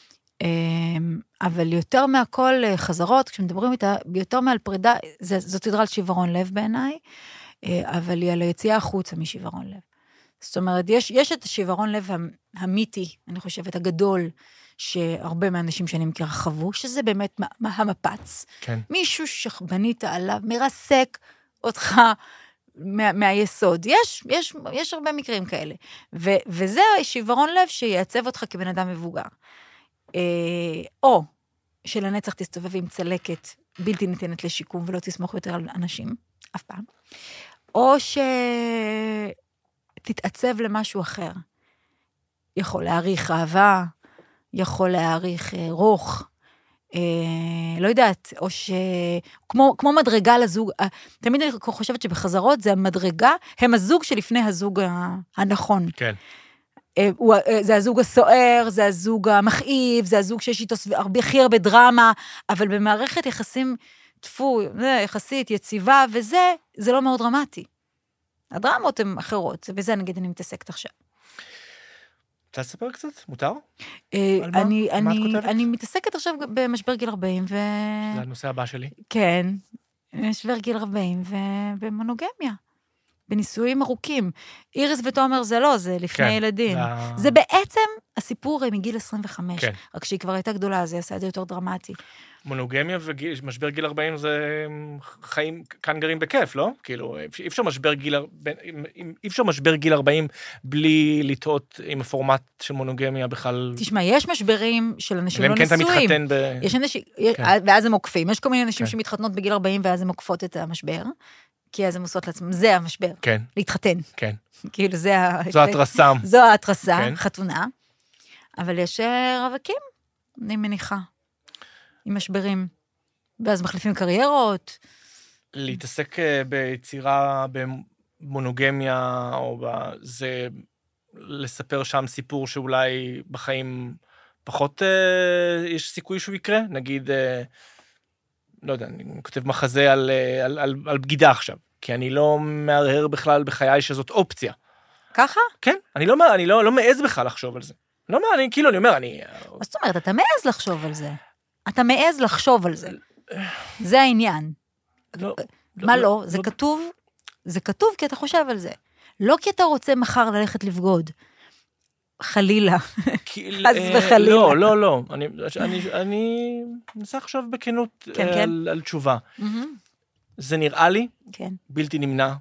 אבל יותר מהכל חזרות, כשמדברים איתה, יותר מעל פרידה, זאת סדרה על שברון לב בעיניי, אבל היא על היציאה החוצה משברון לב. זאת אומרת, יש, יש את השברון לב המיתי, אני חושבת, הגדול, שהרבה מהאנשים שאני מכירה חוו, שזה באמת המפץ. כן. מישהו שבנית עליו, מרסק אותך מה, מהיסוד. יש, יש, יש הרבה מקרים כאלה. ו, וזה שברון לב שיעצב אותך כבן אדם מבוגר. אה, או שלנצח תסתובב עם צלקת בלתי ניתנת לשיקום, ולא תסמוך יותר על אנשים, אף פעם. או שתתעצב למשהו אחר. יכול להעריך אהבה, יכול להעריך אה, רוך, אה, לא יודעת, או ש... כמו, כמו מדרגה לזוג, אה, תמיד אני חושבת שבחזרות זה המדרגה, הם הזוג שלפני הזוג הנכון. כן. אה, הוא, אה, זה הזוג הסוער, זה הזוג המכאיב, זה הזוג שיש איתו הרבה, הכי הרבה דרמה, אבל במערכת יחסים תפו, יחסית, יציבה, וזה, זה לא מאוד דרמטי. הדרמות הן אחרות, ובזה נגיד אני מתעסקת עכשיו. רוצה לספר קצת? מותר? אני, אני, אני מתעסקת עכשיו במשבר גיל ארבעים, ו... זה הנושא הבא שלי. כן, משבר גיל ארבעים, ובמונוגמיה, בנישואים ארוכים. איריס ותומר זה לא, זה לפני כן, ילדים. זה... זה בעצם הסיפור מגיל עשרים וחמש, כן. רק שהיא כבר הייתה גדולה, זה עשה את זה יותר דרמטי. מונוגמיה ומשבר גיל ארבעים זה חיים, כאן גרים בכיף, לא? כאילו, אי אפשר משבר גיל, אי אפשר משבר גיל ארבעים בלי לטעות עם הפורמט של מונוגמיה בכלל. תשמע, יש משברים של אנשים לא נשואים. כן, אתה מתחתן ב... יש אנשים, ואז הם עוקפים. יש כל מיני אנשים שמתחתנות בגיל ארבעים, ואז הם עוקפות את המשבר, כי אז הם עושות לעצמם, זה המשבר. כן. להתחתן. כן. כאילו, זה... זו התרסה. זו ההתרסה, חתונה. אבל יש רווקים, אני מניחה. עם משברים, ואז מחליפים קריירות. להתעסק ביצירה במונוגמיה, או זה לספר שם סיפור שאולי בחיים פחות יש סיכוי שהוא יקרה, נגיד, לא יודע, אני כותב מחזה על, על, על, על בגידה עכשיו, כי אני לא מערער בכלל בחיי שזאת אופציה. ככה? כן, אני לא, אני לא, לא מעז בכלל לחשוב על זה. לא, אני, כאילו, אני אומר, אני... מה זאת אומרת, אתה מעז לחשוב על זה? אתה מעז לחשוב על זה. זה העניין. לא, מה לא? לא? זה כתוב, זה כתוב כי אתה חושב על זה. לא כי אתה רוצה מחר ללכת לבגוד. חלילה. חס וחלילה. לא, לא, לא. אני ננסה עכשיו בכנות על תשובה. זה נראה לי בלתי נמנע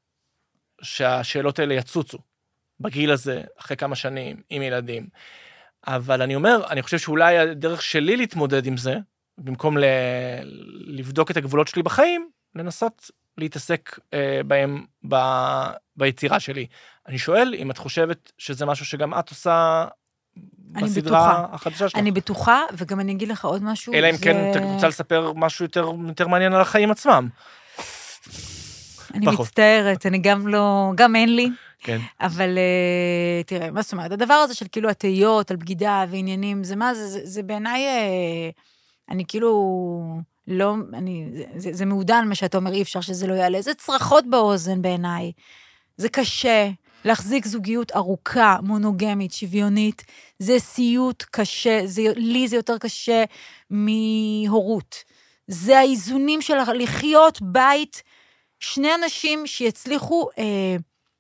שהשאלות האלה יצוצו בגיל הזה, אחרי כמה שנים, עם ילדים. אבל אני אומר, אני חושב שאולי הדרך שלי להתמודד עם זה, במקום ל... לבדוק את הגבולות שלי בחיים, לנסות להתעסק אה, בהם ב... ביצירה שלי. אני שואל אם את חושבת שזה משהו שגם את עושה בסדרה החדשה שלך. אני בטוחה, וגם אני אגיד לך עוד משהו. אלא אם כן, אתה רוצה לספר משהו יותר, יותר מעניין על החיים עצמם. אני מצטערת, אני גם לא, גם אין לי. כן. אבל תראה, מה זאת אומרת, הדבר הזה של כאילו התהיות על בגידה ועניינים, זה מה, זה, זה, זה בעיניי, אני כאילו, לא, אני, זה, זה מעודן מה שאתה אומר, אי אפשר שזה לא יעלה, זה צרחות באוזן בעיניי. זה קשה. להחזיק זוגיות ארוכה, מונוגמית, שוויונית, זה סיוט קשה, זה, לי זה יותר קשה מהורות. זה האיזונים של לחיות בית, שני אנשים שיצליחו אה,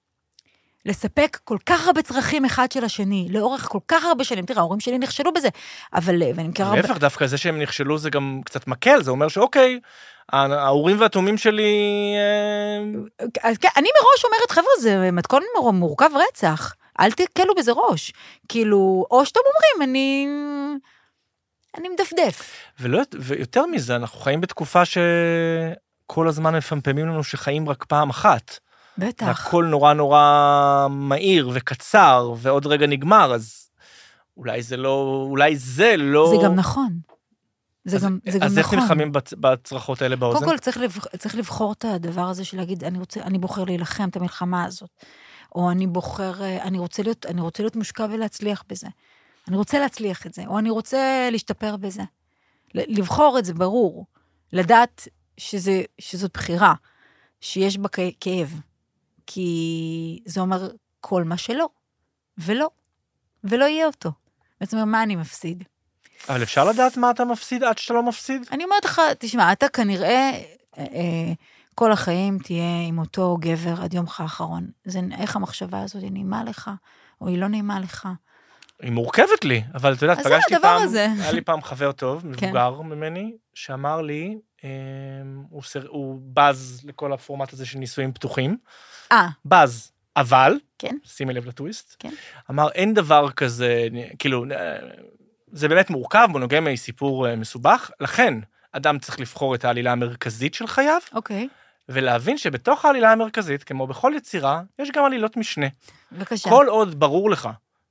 לספק כל כך הרבה צרכים אחד של השני, לאורך כל כך הרבה שנים. תראה, ההורים שלי נכשלו בזה, אבל... להפך, הרבה... דווקא זה שהם נכשלו זה גם קצת מקל, זה אומר שאוקיי, ההורים והתאומים שלי... אז כן, אני מראש אומרת, חבר'ה, זה מתכון מורכב רצח, אל תקלו בזה ראש. כאילו, או שאתם אומרים, אני... אני מדפדף. ולא, ויותר מזה, אנחנו חיים בתקופה שכל הזמן מפמפמים לנו שחיים רק פעם אחת. בטח. הכל נורא נורא מהיר וקצר, ועוד רגע נגמר, אז אולי זה לא, אולי זה לא... זה גם נכון. זה אז, גם, זה אז גם איך נכון. נלחמים בצרחות האלה באוזן? קודם כל, צריך, לבח... צריך לבחור את הדבר הזה של להגיד, אני, רוצה, אני בוחר להילחם את המלחמה הזאת, או אני בוחר, אני רוצה להיות, אני רוצה להיות מושקע ולהצליח בזה. אני רוצה להצליח את זה, או אני רוצה להשתפר בזה. לבחור את זה ברור. לדעת שזה, שזאת בחירה, שיש בה כאב. כי זה אומר כל מה שלא, ולא, ולא יהיה אותו. בעצם מה אני מפסיד? אבל אפשר לדעת מה אתה מפסיד עד שאתה לא מפסיד? אני אומרת לך, תשמע, אתה כנראה אה, אה, כל החיים תהיה עם אותו גבר עד יומך האחרון. זה, איך המחשבה הזאת היא נעימה לך, או היא לא נעימה לך? היא מורכבת לי, אבל אתה יודעת, פגשתי פעם, הזה. היה לי פעם חבר טוב, מבוגר כן. ממני, שאמר לי, אה, הוא, סר, הוא בז לכל הפורמט הזה של ניסויים פתוחים. אה. בז, אבל, כן. שימי לב לטוויסט, כן. אמר, אין דבר כזה, כאילו, זה באמת מורכב, מונוגמיה היא סיפור מסובך, לכן אדם צריך לבחור את העלילה המרכזית של חייו, אוקיי. ולהבין שבתוך העלילה המרכזית, כמו בכל יצירה, יש גם עלילות משנה. בבקשה. כל עוד ברור לך,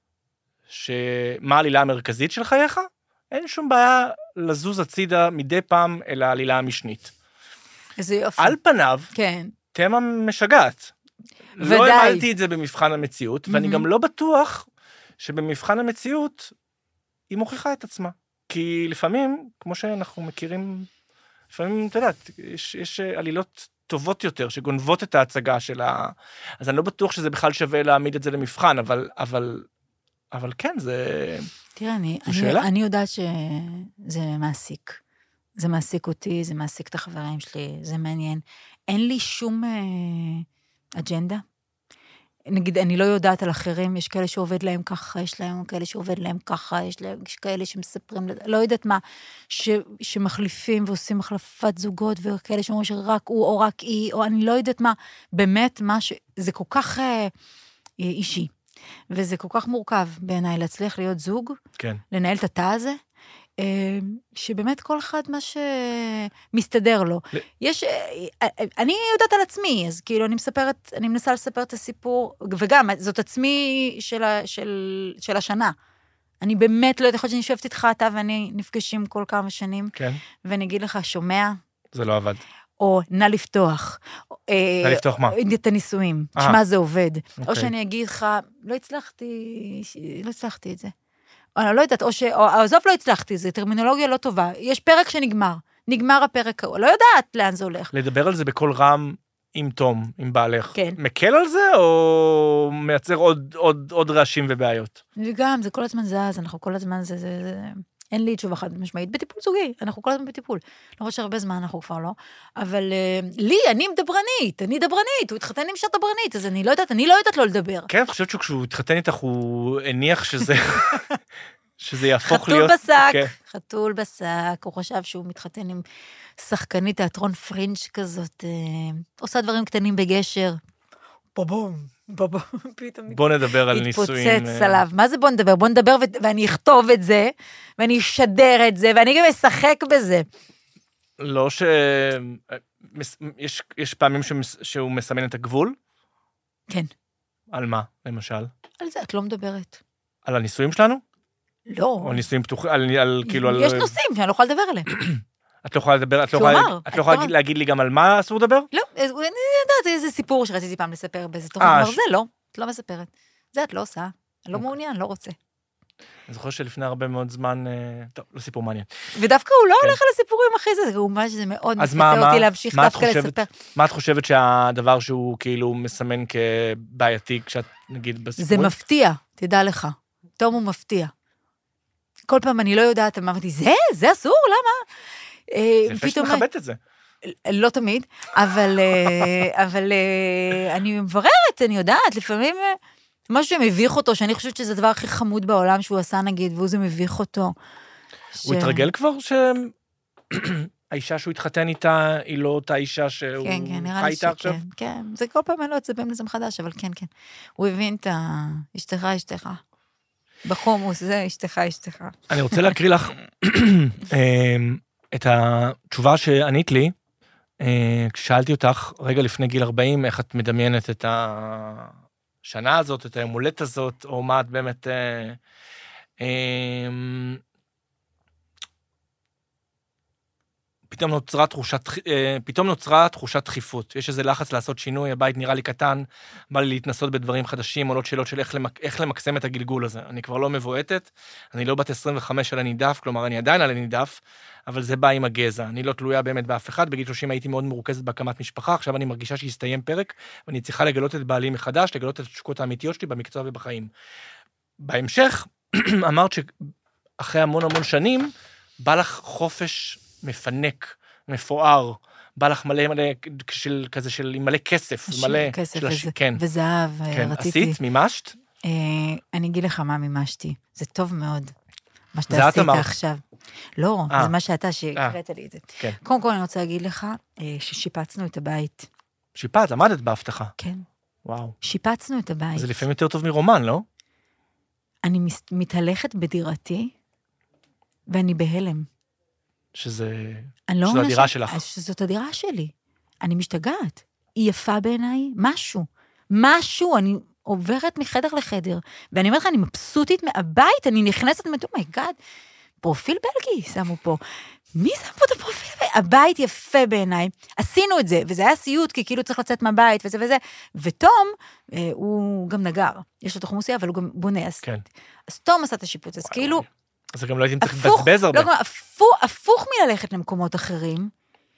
שמה העלילה המרכזית של חייך, אין שום בעיה לזוז הצידה מדי פעם אל העלילה המשנית. איזה יופי. על פניו, כן. תמה משגעת. ודאי. לא העמדתי את זה במבחן המציאות, ואני גם לא בטוח שבמבחן המציאות היא מוכיחה את עצמה. כי לפעמים, כמו שאנחנו מכירים, לפעמים, אתה יודעת, יש, יש עלילות טובות יותר, שגונבות את ההצגה של ה... אז אני לא בטוח שזה בכלל שווה להעמיד את זה למבחן, אבל, אבל, אבל כן, זה... תראה, אני, אני, אני יודעת שזה מעסיק. זה מעסיק אותי, זה מעסיק את החברים שלי, זה מעניין. אין לי שום אה, אג'נדה. נגיד, אני לא יודעת על אחרים, יש כאלה שעובד להם ככה, יש להם כאלה שעובד להם ככה, יש, להם, יש כאלה שמספרים, לא יודעת מה, ש, שמחליפים ועושים החלפת זוגות, וכאלה שאומרים שרק הוא או רק היא, או אני לא יודעת מה, באמת מה ש... זה כל כך אה, אישי, וזה כל כך מורכב בעיניי להצליח להיות זוג, כן. לנהל את התא הזה, שבאמת כל אחד מה שמסתדר לו. יש, אני יודעת על עצמי, אז כאילו אני מספרת, אני מנסה לספר את הסיפור, וגם זאת עצמי של, של, של השנה. אני באמת לא יודעת, יכול להיות שאני יושבת איתך, אתה ואני נפגשים כל כמה שנים, כן. ואני אגיד לך, שומע? זה לא עבד. או נא לפתוח. נא לפתוח מה? את הניסויים, שמה זה עובד. או שאני אגיד לך, לא הצלחתי, לא הצלחתי את זה. אני לא יודעת, או שעזוב לא הצלחתי, זה טרמינולוגיה לא טובה. יש פרק שנגמר, נגמר הפרק, לא יודעת לאן זה הולך. לדבר על זה בכל רם עם תום, עם בעלך. כן. מקל על זה, או מייצר עוד, עוד, עוד רעשים ובעיות? וגם, זה כל הזמן זז, אנחנו כל הזמן זה, זה, זה... אין לי תשובה חד משמעית, בטיפול זוגי, אנחנו כל הזמן בטיפול. לא חושב שהרבה זמן אנחנו כבר לא, אבל uh, לי, אני מדברנית, אני דברנית, הוא התחתן עם שאת דברנית, אז אני לא יודעת, אני לא יודעת לא לדבר. כן, אני חושבת שכשהוא התחתן איתך, הוא הניח שזה, שזה יהפוך להיות... חתול בשק, okay. חתול בשק, הוא חשב שהוא מתחתן עם שחקנית תיאטרון פרינג' כזאת, uh, עושה דברים קטנים בגשר, בובום. בוא, פתאום בוא נדבר על ניסויים. התפוצץ עליו. מה זה בוא נדבר? בוא נדבר ואני אכתוב את זה, ואני אשדר את זה, ואני גם אשחק בזה. לא ש... יש, יש פעמים שהוא מסמן את הגבול? כן. על מה, למשל? על זה, את לא מדברת. על הניסויים שלנו? לא. או ניסויים פתוחים, על, על כאילו... יש על... נושאים שאני לא יכולה לדבר עליהם. את לא יכולה לדבר, את לא יכולה, את לא יכולה להגיד לי גם על מה אסור לדבר? לא, אני יודעת, איזה סיפור שרציתי פעם לספר באיזה תוכן, כבר זה לא, את לא מספרת. זה את לא עושה, אני לא מעוניין, לא רוצה. אני זוכר שלפני הרבה מאוד זמן, טוב, לא סיפור מעניין. ודווקא הוא לא הולך על הסיפורים אחרי זה, הוא ממש, זה מאוד מפתה אותי להמשיך דווקא לספר. מה את חושבת שהדבר שהוא כאילו מסמן כבעייתי, כשאת נגיד בסיפורים? זה מפתיע, תדע לך. תום הוא מפתיע. כל פעם אני לא יודעת, אמרתי, זה? זה אסור? למה? זה יפה שמחבט את זה. לא תמיד, אבל, אבל אני מבררת, אני יודעת, לפעמים משהו שמביך אותו, שאני חושבת שזה הדבר הכי חמוד בעולם שהוא עשה נגיד, והוא זה מביך אותו. הוא התרגל כבר שהאישה שהוא התחתן איתה, היא לא אותה אישה שהוא חי איתה עכשיו? כן, כן, זה כל פעם אני לא אצלם לזה מחדש, אבל כן, כן. הוא הבין את אשתך, אשתך. בחומוס, זה אשתך, אשתך. אני רוצה להקריא לך את התשובה שענית לי, כששאלתי אותך, רגע לפני גיל ארבעים, איך את מדמיינת את השנה הזאת, את היומולת הזאת, או מה את באמת... פתאום נוצרה תחושת, פתאום נוצרה תחושת דחיפות. יש איזה לחץ לעשות שינוי, הבית נראה לי קטן, בא לי להתנסות בדברים חדשים, עולות שאלות של איך, למק, איך למקסם את הגלגול הזה. אני כבר לא מבועטת, אני לא בת עשרים וחמש על הנידף, כלומר, אני עדיין על הנידף, אבל זה בא עם הגזע. אני לא תלויה באמת באף אחד, בגיל שלושים הייתי מאוד מרוכזת בהקמת משפחה, עכשיו אני מרגישה שהסתיים פרק, ואני צריכה לגלות את בעלי מחדש, לגלות את התשוקות האמיתיות שלי במקצוע ובחיים. בהמשך, אמרת שאחרי המון המון שנים, בא לך חופש מפנק, מפואר, בא לך מלא מלא של כזה של מלא כסף, מלא כסף וזהב, רציתי. עשית, מימשת? אני אגיד לך מה מימשתי, זה טוב מאוד, מה שאתה עשית עכשיו. לא, זה מה שאתה שהקראת לי את זה. קודם כל אני רוצה להגיד לך ששיפצנו את הבית. שיפץ, עמדת בהבטחה. כן. וואו. שיפצנו את הבית. זה לפעמים יותר טוב מרומן, לא? אני מתהלכת בדירתי, ואני בהלם. שזה, שזו הדירה שלך. שזאת הדירה שלי. אני משתגעת. היא יפה בעיניי, משהו. משהו, אני עוברת מחדר לחדר, ואני אומרת לך, אני מבסוטית מהבית, אני נכנסת, ואומרת, "Oh my God, פרופיל בלגי שמו פה. מי שם פה את הפרופיל? הבית יפה בעיניי. עשינו את זה, וזה היה סיוט, כי כאילו צריך לצאת מהבית, וזה וזה. ותום, הוא גם נגר. יש לו תחמוסיה, אבל הוא גם בונה. אז תום עשה את השיפוץ, אז כאילו... אז גם לא הייתם צריך לבזבז הרבה. לא, הפוך מללכת למקומות אחרים,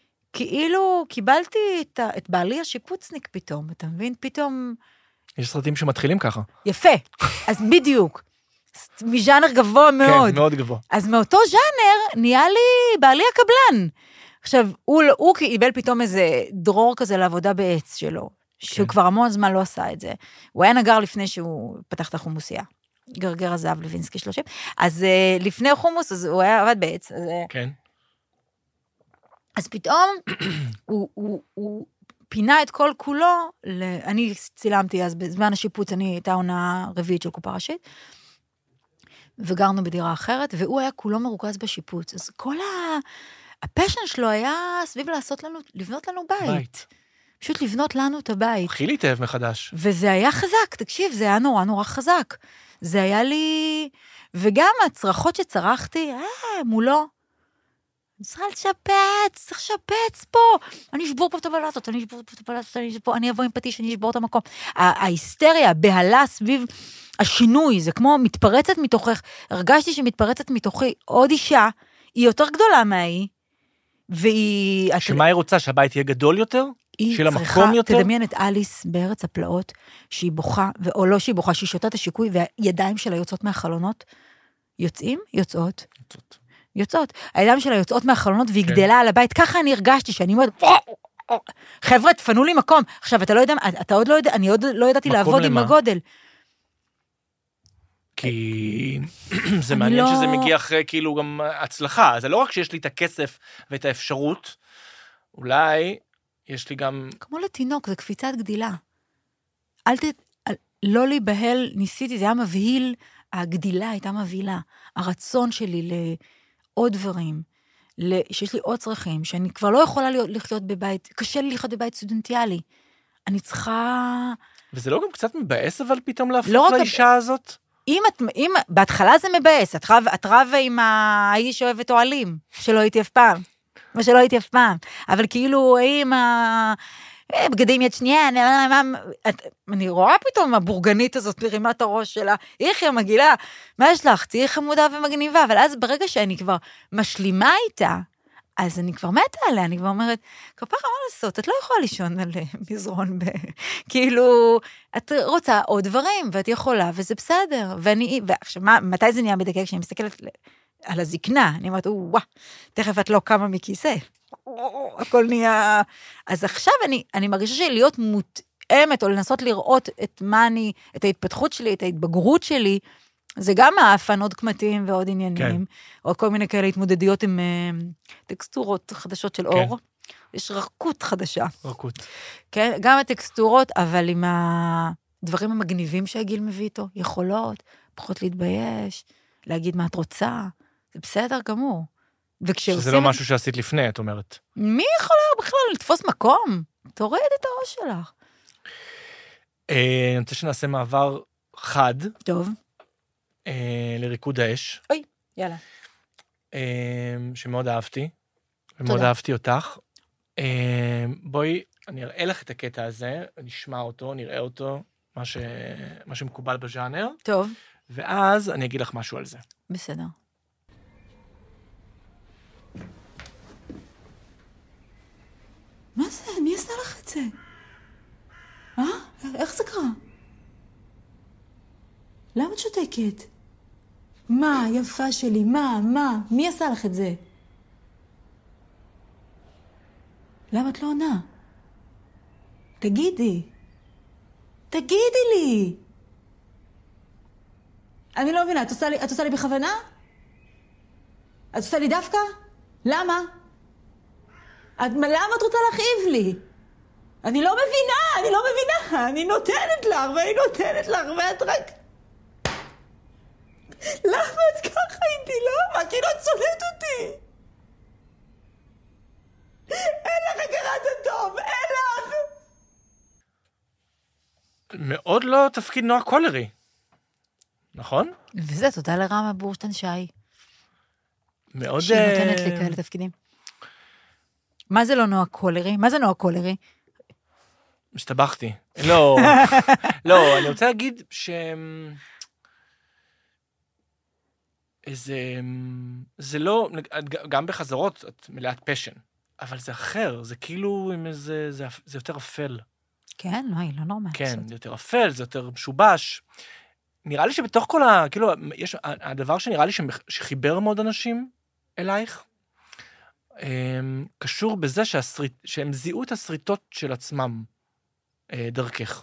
כאילו קיבלתי את, את בעלי השיפוצניק פתאום, אתה מבין? פתאום... יש סרטים שמתחילים ככה. יפה, אז בדיוק. מז'אנר גבוה מאוד. כן, מאוד גבוה. אז מאותו ז'אנר נהיה לי בעלי הקבלן. עכשיו, הוא, הוא קיבל פתאום איזה דרור כזה לעבודה בעץ שלו, שהוא כן. כבר המון זמן לא עשה את זה. הוא היה נגר לפני שהוא פתח את החומוסייה. גרגר הזהב לוינסקי שלושים, אז uh, לפני החומוס, אז הוא היה עבד בעץ. אז, כן. אז פתאום, הוא, הוא, הוא פינה את כל כולו, ל... אני צילמתי אז בזמן השיפוץ, אני הייתה עונה רביעית של קופה ראשית, וגרנו בדירה אחרת, והוא היה כולו מרוכז בשיפוץ, אז כל ה... הפשן שלו היה סביב לעשות לנו, לבנות לנו בית. בית. פשוט לבנות לנו את הבית. התחיל להתאהב מחדש. וזה היה חזק, תקשיב, זה היה נורא נורא חזק. זה היה לי, וגם הצרחות שצרחתי, אה, מולו, צריך לשפץ, צריך לשפץ פה, אני אשבור פה את הבלטות, אני אשבור פה את הבלטות, אני, פה, אני אבוא עם פטיש, אני אשבור את המקום. ההיסטריה, בהלה סביב השינוי, זה כמו מתפרצת מתוכך, הרגשתי שמתפרצת מתוכי עוד אישה, היא יותר גדולה מהיא, והיא... שמה היא רוצה, שהבית יהיה גדול יותר? היא צריכה, תדמיין את אליס בארץ הפלאות, שהיא בוכה, או לא שהיא בוכה, שהיא שותה את השיקוי, והידיים שלה יוצאות מהחלונות, יוצאים? יוצאות. יוצאות. יוצאות. הידיים שלה יוצאות מהחלונות, והיא גדלה על הבית, ככה אני הרגשתי, שאני אומרת, חבר'ה, תפנו לי מקום. עכשיו, אתה לא יודע, אתה עוד לא יודע, אני עוד לא ידעתי לעבוד עם הגודל. כי זה מעניין שזה מגיע אחרי כאילו גם הצלחה, זה לא רק שיש לי את הכסף ואת האפשרות, אולי... יש לי גם... כמו לתינוק, זה קפיצת גדילה. אל ת... לא להיבהל, ניסיתי, זה היה מבהיל, הגדילה הייתה מבהילה. הרצון שלי לעוד דברים, שיש לי עוד צרכים, שאני כבר לא יכולה לחיות בבית, קשה לי לחיות בבית סטודנטיאלי. אני צריכה... וזה לא גם קצת מבאס, אבל פתאום להפוך לאישה הזאת? אם את, אם, בהתחלה זה מבאס, את רבה, את רבה עם האיש שאוהבת אוהלים, שלא הייתי אף פעם. מה שלא הייתי אף פעם, אבל כאילו, אם בגדים יד שנייה, אני רואה פתאום הבורגנית הזאת, מרימה את הראש שלה, יחי המגילה, מה יש לך? תהיי חמודה ומגניבה, אבל אז ברגע שאני כבר משלימה איתה, אז אני כבר מתה עליה, אני כבר אומרת, כפרה, מה לעשות? את לא יכולה לישון על מזרון, כאילו, את רוצה עוד דברים, ואת יכולה, וזה בסדר, ואני, ועכשיו, מתי זה נהיה מדכא? כשאני מסתכלת על הזקנה, אני אומרת, וואה, תכף את לא קמה מכיסא, הכל נהיה... אז עכשיו אני, אני מרגישה שלהיות מותאמת, או לנסות לראות את מה אני, את ההתפתחות שלי, את ההתבגרות שלי, זה גם האפן עוד קמטים ועוד עניינים, כן. או כל מיני כאלה התמודדויות עם uh, טקסטורות חדשות של כן. אור. יש רכות חדשה. רכות. כן, גם הטקסטורות, אבל עם הדברים המגניבים שהגיל מביא איתו, יכולות, פחות להתבייש, להגיד מה את רוצה, זה בסדר גמור. שזה לא משהו שעשית לפני, את אומרת. מי יכולה בכלל לתפוס מקום? תוריד את הראש שלך. אני רוצה שנעשה מעבר חד. טוב. לריקוד האש. אוי, יאללה. שמאוד אהבתי, ומאוד אהבתי אותך. בואי, אני אראה לך את הקטע הזה, נשמע אותו, נראה אותו, מה שמקובל בז'אנר. טוב. ואז אני אגיד לך משהו על זה. בסדר. מה זה? מי עשה לך את זה? אה? איך זה קרה? למה את שותקת? מה, יפה שלי, מה, מה? מי עשה לך את זה? למה את לא עונה? תגידי. תגידי לי. אני לא מבינה, את עושה לי, את עושה לי בכוונה? את עושה לי דווקא? למה? את, למה את רוצה להכאיב לי? אני לא מבינה, אני לא מבינה. אני נותנת לך, ואני נותנת לך, ואת רק... למה את ככה איתי? למה? כאילו את שונאת אותי. אין לך הכרת הטוב, אין לך. מאוד לא תפקיד נועה קולרי. נכון? וזה, תודה לרמה בורשטיין שי. מאוד... שהיא נותנת לי כאלה תפקידים. מה זה לא נועה קולרי? מה זה נועה קולרי? משתבחתי. לא, לא, אני רוצה להגיד ש... זה, זה לא, גם בחזרות, את מלאת פשן, אבל זה אחר, זה כאילו, זה, זה, זה יותר אפל. כן, לא, היא לא נורמלית. כן, זה יותר אפל, זה יותר משובש. נראה לי שבתוך כל ה... כאילו, יש, הדבר שנראה לי שחיבר מאוד אנשים אלייך, קשור בזה שהסריט, שהם זיהו את הסריטות של עצמם דרכך.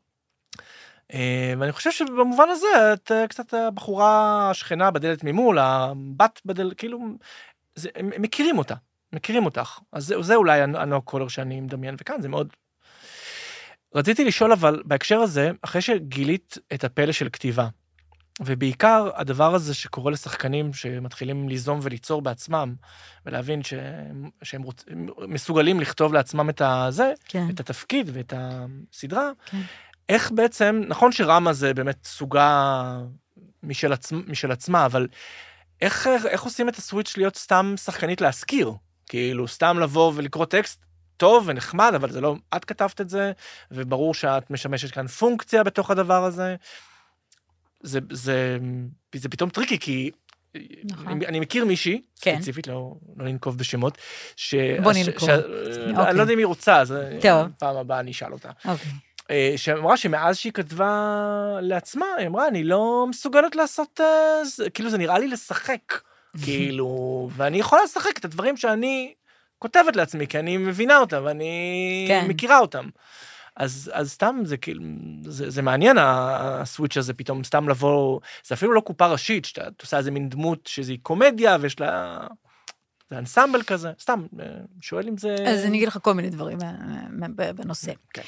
ואני חושב שבמובן הזה, את קצת הבחורה השכנה בדלת ממול, הבת בדלת, כאילו, זה, הם מכירים אותה, מכירים אותך. אז זה, זה אולי הנועה קולר שאני מדמיין, וכאן זה מאוד... רציתי לשאול אבל, בהקשר הזה, אחרי שגילית את הפלא של כתיבה, ובעיקר הדבר הזה שקורה לשחקנים שמתחילים ליזום וליצור בעצמם, ולהבין שהם, שהם רוצ... מסוגלים לכתוב לעצמם את הזה, כן. את התפקיד ואת הסדרה, כן. איך בעצם, נכון שרמה זה באמת סוגה משל, עצמה, משל עצמה, אבל איך, איך עושים את הסוויץ' להיות סתם שחקנית להזכיר? כאילו, סתם לבוא ולקרוא טקסט טוב ונחמד, אבל זה לא, את כתבת את זה, וברור שאת משמשת כאן פונקציה בתוך הדבר הזה. זה, זה, זה פתאום טריקי, כי נכון. אני, אני מכיר מישהי, כן. ספציפית, לא, לא לנקוב בשמות, ש... בוא ננקוב. אוקיי. אני לא יודע אם היא רוצה, אז פעם הבאה אני אשאל אותה. אוקיי. שאמרה שמאז שהיא כתבה לעצמה, היא אמרה, אני לא מסוגלת לעשות, כאילו זה נראה לי לשחק, כאילו, ואני יכולה לשחק את הדברים שאני כותבת לעצמי, כי אני מבינה אותם, ואני כן. מכירה אותם. אז, אז סתם זה כאילו, זה, זה מעניין הסוויץ' הזה פתאום, סתם לבוא, זה אפילו לא קופה ראשית, שאתה עושה איזה מין דמות שזה קומדיה, ויש לה, זה אנסמבל כזה, סתם, שואל אם זה... אז אני אגיד לך כל מיני דברים בנושא. כן.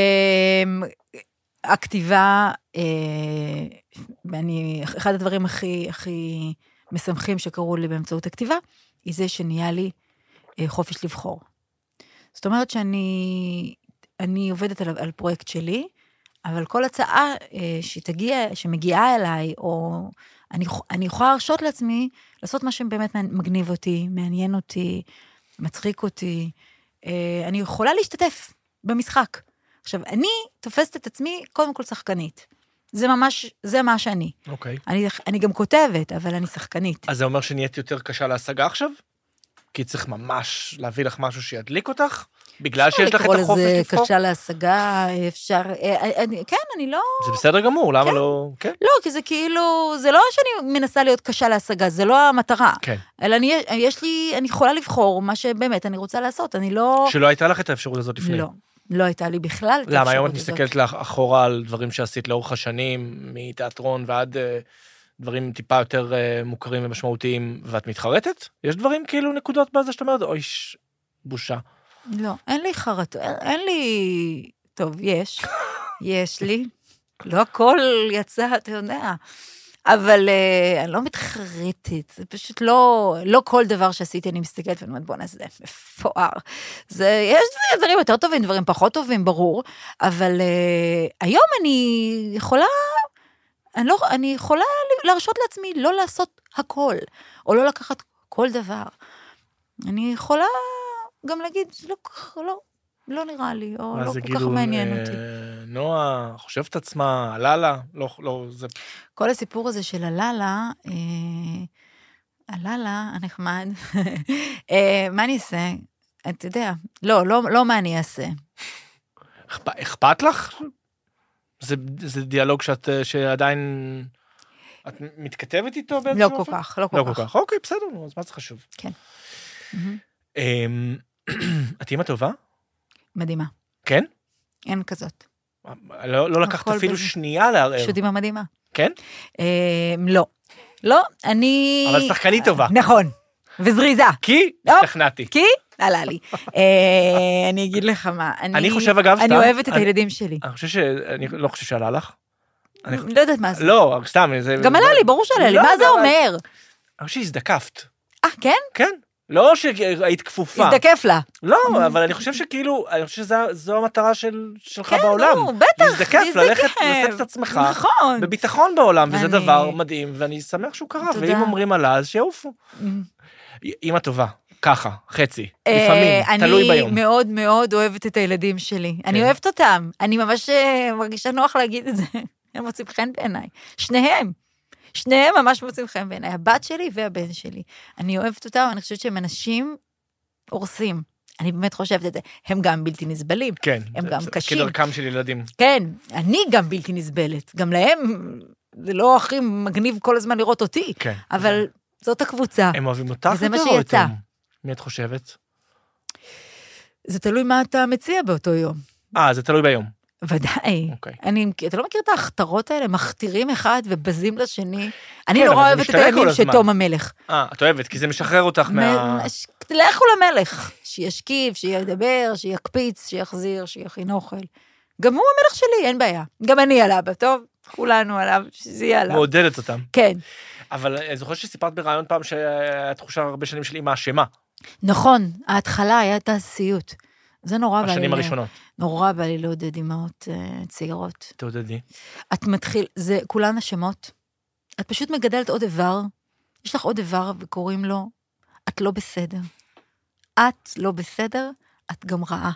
הכתיבה, ואני, אחד הדברים הכי, הכי משמחים שקראו לי באמצעות הכתיבה, היא זה שנהיה לי חופש לבחור. זאת אומרת שאני, אני עובדת על, על פרויקט שלי, אבל כל הצעה שתגיע, שמגיעה אליי, או אני, אני יכולה להרשות לעצמי לעשות מה שבאמת מגניב אותי, מעניין אותי, מצחיק אותי, אני יכולה להשתתף במשחק. עכשיו, אני תופסת את עצמי, קודם כל שחקנית. זה ממש, זה מה שאני. אוקיי. אני, אני גם כותבת, אבל אני שחקנית. אז זה אומר שנהיית יותר קשה להשגה עכשיו? כי צריך ממש להביא לך משהו שידליק אותך? בגלל שיש לך את החופש לבחור? זה קשה להשגה, אפשר... כן, אני לא... זה בסדר גמור, למה לא... כן. לא, כי זה כאילו... זה לא שאני מנסה להיות קשה להשגה, זה לא המטרה. כן. אלא אני, יש לי... אני יכולה לבחור מה שבאמת אני רוצה לעשות, אני לא... שלא הייתה לך את האפשרות הזאת לפני. לא. לא הייתה לי בכלל את האפשרות הזאת. למה, היום את מסתכלת לך אחורה על דברים שעשית לאורך השנים, מתיאטרון ועד דברים טיפה יותר מוכרים ומשמעותיים, ואת מתחרטת? יש דברים כאילו נקודות בזה שאתה אומרת, אוי, בושה. לא, אין לי חרט, אין, אין לי... טוב, יש, יש לי. לא הכל יצא, אתה יודע. אבל uh, אני לא מתחרטת, זה פשוט לא, לא כל דבר שעשיתי, אני מסתכלת ואני אומרת, בוא נעשה, מפואר. זה, יש דברים יותר טובים, דברים פחות טובים, ברור, אבל uh, היום אני יכולה, אני, לא, אני יכולה להרשות לעצמי לא לעשות הכל, או לא לקחת כל דבר. אני יכולה גם להגיד, לא, לא, לא נראה לי, או לא כל כך מעניין אותי. נועה, חושבת עצמה, הללה, לא, לא, זה... כל הסיפור הזה של הללה, הללה, הנחמד, מה אני אעשה? אתה יודע, לא, לא מה אני אעשה. אכפת לך? זה דיאלוג שעדיין... את מתכתבת איתו באיזשהו אופן? לא כל כך, לא כל כך. אוקיי, בסדר, אז מה זה חשוב? כן. את אימא טובה? מדהימה. כן? אין כזאת. לא לקחת אפילו שנייה לערער. פשוט אימא מדהימה. כן? לא. לא, אני... אבל שחקנית טובה. נכון. וזריזה. כי? השתכנעתי. כי? עלה לי. אני אגיד לך מה. אני חושב אגב סתם. אני אוהבת את הילדים שלי. אני חושב ש... אני לא חושב שעלה לך. לא יודעת מה זה. לא, סתם. גם עלה לי, ברור שעלה לי. מה זה אומר? אני חושב שהזדקפת. אה, כן? כן. לא שהיית כפופה. הזדקף לה. לא, אבל אני חושב שכאילו, אני חושב שזו המטרה שלך בעולם. כן, נו, בטח. להזדקף, ללכת, לשאת את עצמך. נכון. בביטחון בעולם, וזה דבר מדהים, ואני שמח שהוא קרה, ואם אומרים עלה, אז שיעופו. אמא טובה, ככה, חצי, לפעמים, תלוי ביום. אני מאוד מאוד אוהבת את הילדים שלי. אני אוהבת אותם. אני ממש מרגישה נוח להגיד את זה. הם מוצאים חן בעיניי. שניהם. שניהם ממש מוצאים חן בעיניי, הבת שלי והבן שלי. אני אוהבת אותם, אני חושבת שהם אנשים הורסים. אני באמת חושבת את זה. הם גם בלתי נסבלים. כן. הם גם קשים. כדרכם של ילדים. כן, אני גם בלתי נסבלת. גם להם, זה לא הכי מגניב כל הזמן לראות אותי. כן. אבל זאת הקבוצה. הם אוהבים אותך וזה מה שיצא. מי את חושבת? זה תלוי מה אתה מציע באותו יום. אה, זה תלוי ביום. ודאי. אני, אתה לא מכיר את ההכתרות האלה? מכתירים אחד ובזים לשני. אני נורא אוהבת את הימים של תום המלך. אה, את אוהבת, כי זה משחרר אותך מה... לכו למלך, שישכיב, שידבר, שיקפיץ, שיחזיר, שיכין אוכל. גם הוא המלך שלי, אין בעיה. גם אני עליו, טוב? כולנו עליו, שזה יהיה עליו. מעודדת אותם. כן. אבל אני זוכר שסיפרת ברעיון פעם שהיה תחושה הרבה שנים של אמא אשמה. נכון, ההתחלה הייתה סיוט. זה נורא בעלי. השנים הראשונות. נורא בעלי לעודד אמהות צעירות. תעודדי. את מתחיל, זה כולן השמות. את פשוט מגדלת עוד דבר, יש לך עוד דבר וקוראים לו, את לא בסדר. את לא בסדר, את גם רעה.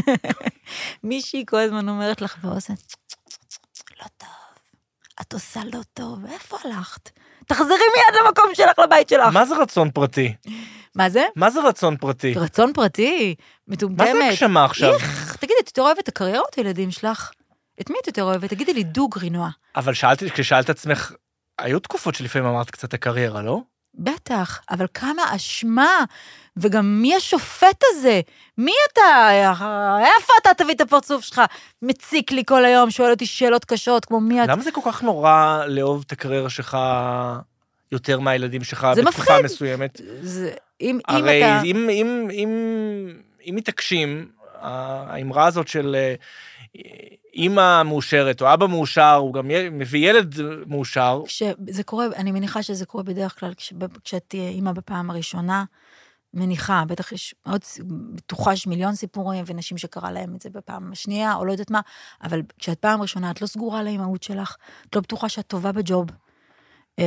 מישהי כל הזמן אומרת לך באוזן, לא טוב, את עושה לא טוב, איפה הלכת? תחזרי מיד למקום שלך, לבית שלך. מה זה רצון פרטי? מה זה? מה זה רצון פרטי? רצון פרטי, מטומטמת. מה זה הגשמה עכשיו? איך, תגידי, את יותר אוהבת את הקריירות, ילדים שלך? את מי את יותר אוהבת? תגידי לי, דוגרי, נועה. אבל שאלתי, כששאלת עצמך, היו תקופות שלפעמים אמרת קצת הקריירה, לא? בטח, אבל כמה אשמה, וגם מי השופט הזה? מי אתה? איפה אתה תביא את הפרצוף שלך? מציק לי כל היום, שואל אותי שאלות קשות, כמו מי את... למה זה כל כך נורא לאהוב את הקריירה שלך יותר מהילדים שלך בתקופה מפחיד. מסוימת? זה, אם, הרי אם אתה... אם, אם, אם, אם מתעקשים, האמרה הזאת של אמא מאושרת או אבא מאושר, הוא גם מביא ילד מאושר. כשזה קורה, אני מניחה שזה קורה בדרך כלל, כשאת תהיה אמא בפעם הראשונה, מניחה, בטח יש עוד, בטוחה יש מיליון סיפורים, ונשים שקרה להם את זה בפעם השנייה, או לא יודעת מה, אבל כשאת פעם ראשונה, את לא סגורה לאמהות שלך, את לא בטוחה שאת טובה בג'וב, אה,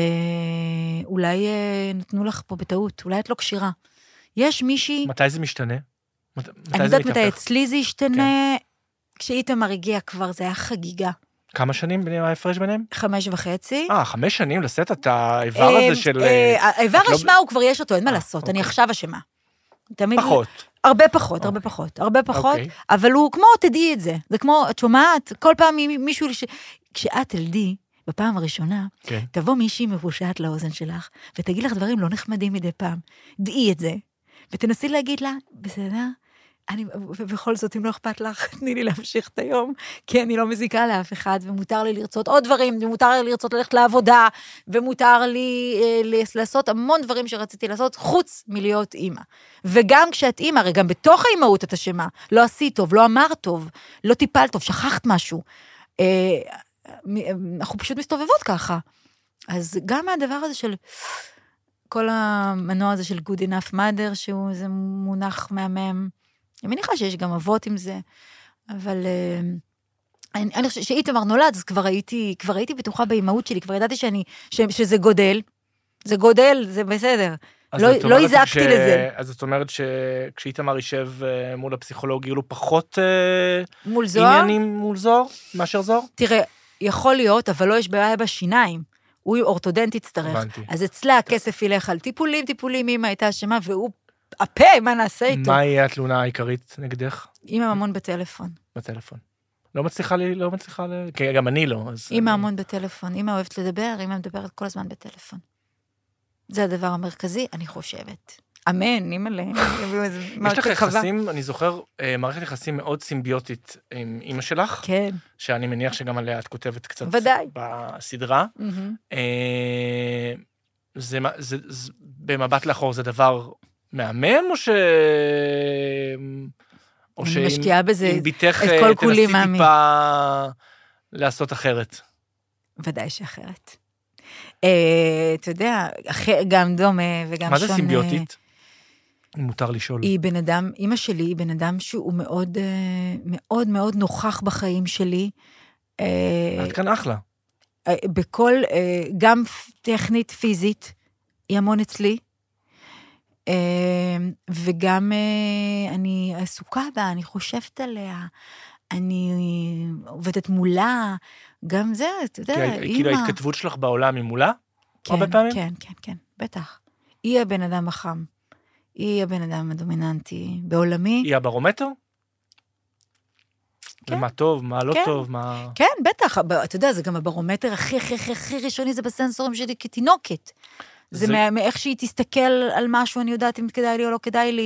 אולי אה, נתנו לך פה בטעות, אולי את לא קשירה. יש מישהי... מתי זה משתנה? אני יודעת מתי אצלי זה ישתנה, כשאיתמר הגיע כבר זה היה חגיגה. כמה שנים ההפרש ביניהם? חמש וחצי. אה, חמש שנים לשאת את האיבר הזה של... האיבר אשמה הוא כבר יש אותו, אין מה לעשות, אני עכשיו אשמה. פחות. הרבה פחות, הרבה פחות, הרבה פחות, אבל הוא כמו, תדעי את זה, זה כמו, את שומעת, כל פעם מישהו, כשאת תלדי, בפעם הראשונה, תבוא מישהי מרושעת לאוזן שלך, ותגיד לך דברים לא נחמדים מדי פעם, דעי את זה, ותנסי להגיד לה, בסדר, אני, ובכל זאת, אם לא אכפת לך, תני לי להמשיך את היום, כי אני לא מזיקה לאף אחד, ומותר לי לרצות עוד דברים, ומותר לי לרצות ללכת לעבודה, ומותר לי אה, לעשות המון דברים שרציתי לעשות, חוץ מלהיות אימא. וגם כשאת אימא, הרי גם בתוך האימהות את אשמה, לא עשית טוב, לא אמרת טוב, לא טיפלת טוב, שכחת משהו. אה, אנחנו פשוט מסתובבות ככה. אז גם הדבר הזה של... כל המנוע הזה של good enough mother, שהוא איזה מונח מהמם, אני מניחה שיש גם אבות עם זה, אבל אני, אני חושבת שאיתמר נולד, אז כבר הייתי, כבר הייתי בטוחה באימהות שלי, כבר ידעתי שאני, ש, שזה גודל, זה גודל, זה בסדר, לא, לא הזעקתי ש... לזה. אז זאת אומרת שכשאיתמר יישב מול הפסיכולוג, יהיו לו פחות מול זוהר? עניינים מול זוהר, מאשר זוהר? תראה, יכול להיות, אבל לא יש בעיה בשיניים, הוא אורתודנט יצטרך, הבנתי. אז אצלה הכסף ילך על טיפולים, טיפולים, אמא הייתה אשמה, והוא הפה, מה נעשה איתו? מה יהיה התלונה העיקרית נגדך? אמא המון בטלפון. בטלפון. לא מצליחה לי, לא מצליחה לי, כי גם אני לא. אמא המון בטלפון, אמא אוהבת לדבר, אמא מדברת כל הזמן בטלפון. זה הדבר המרכזי, אני חושבת. אמן, אמא להם. יש לך יחסים, אני זוכר, מערכת יחסים מאוד סימביוטית עם אמא שלך. כן. שאני מניח שגם עליה את כותבת קצת. ודאי. בסדרה. זה, זה, במבט לאחור זה דבר מהמם, או ש... או אני משקיעה בזה אם ביתך תנסי טיפה לעשות אחרת. ודאי שאחרת. אתה יודע, גם דומה וגם שונה. מה זה סימביוטית? מותר לשאול. היא בן אדם, אמא שלי היא בן אדם שהוא מאוד, מאוד מאוד נוכח בחיים שלי. את כאן אחלה. בכל, גם טכנית, פיזית, היא המון אצלי, וגם אני עסוקה בה, אני חושבת עליה, אני עובדת מולה, גם זה, אתה יודע, אימא. כאילו ההתכתבות שלך בעולם היא מולה? הרבה פעמים? כן, כן, כן, בטח. היא הבן אדם החם, היא הבן אדם הדומיננטי בעולמי. היא הברומטר? ומה טוב, מה לא טוב, מה... כן, בטח, אתה יודע, זה גם הברומטר הכי, הכי, הכי, הכי ראשוני, זה בסנסורים שלי כתינוקת. זה מאיך שהיא תסתכל על משהו, אני יודעת אם כדאי לי או לא כדאי לי,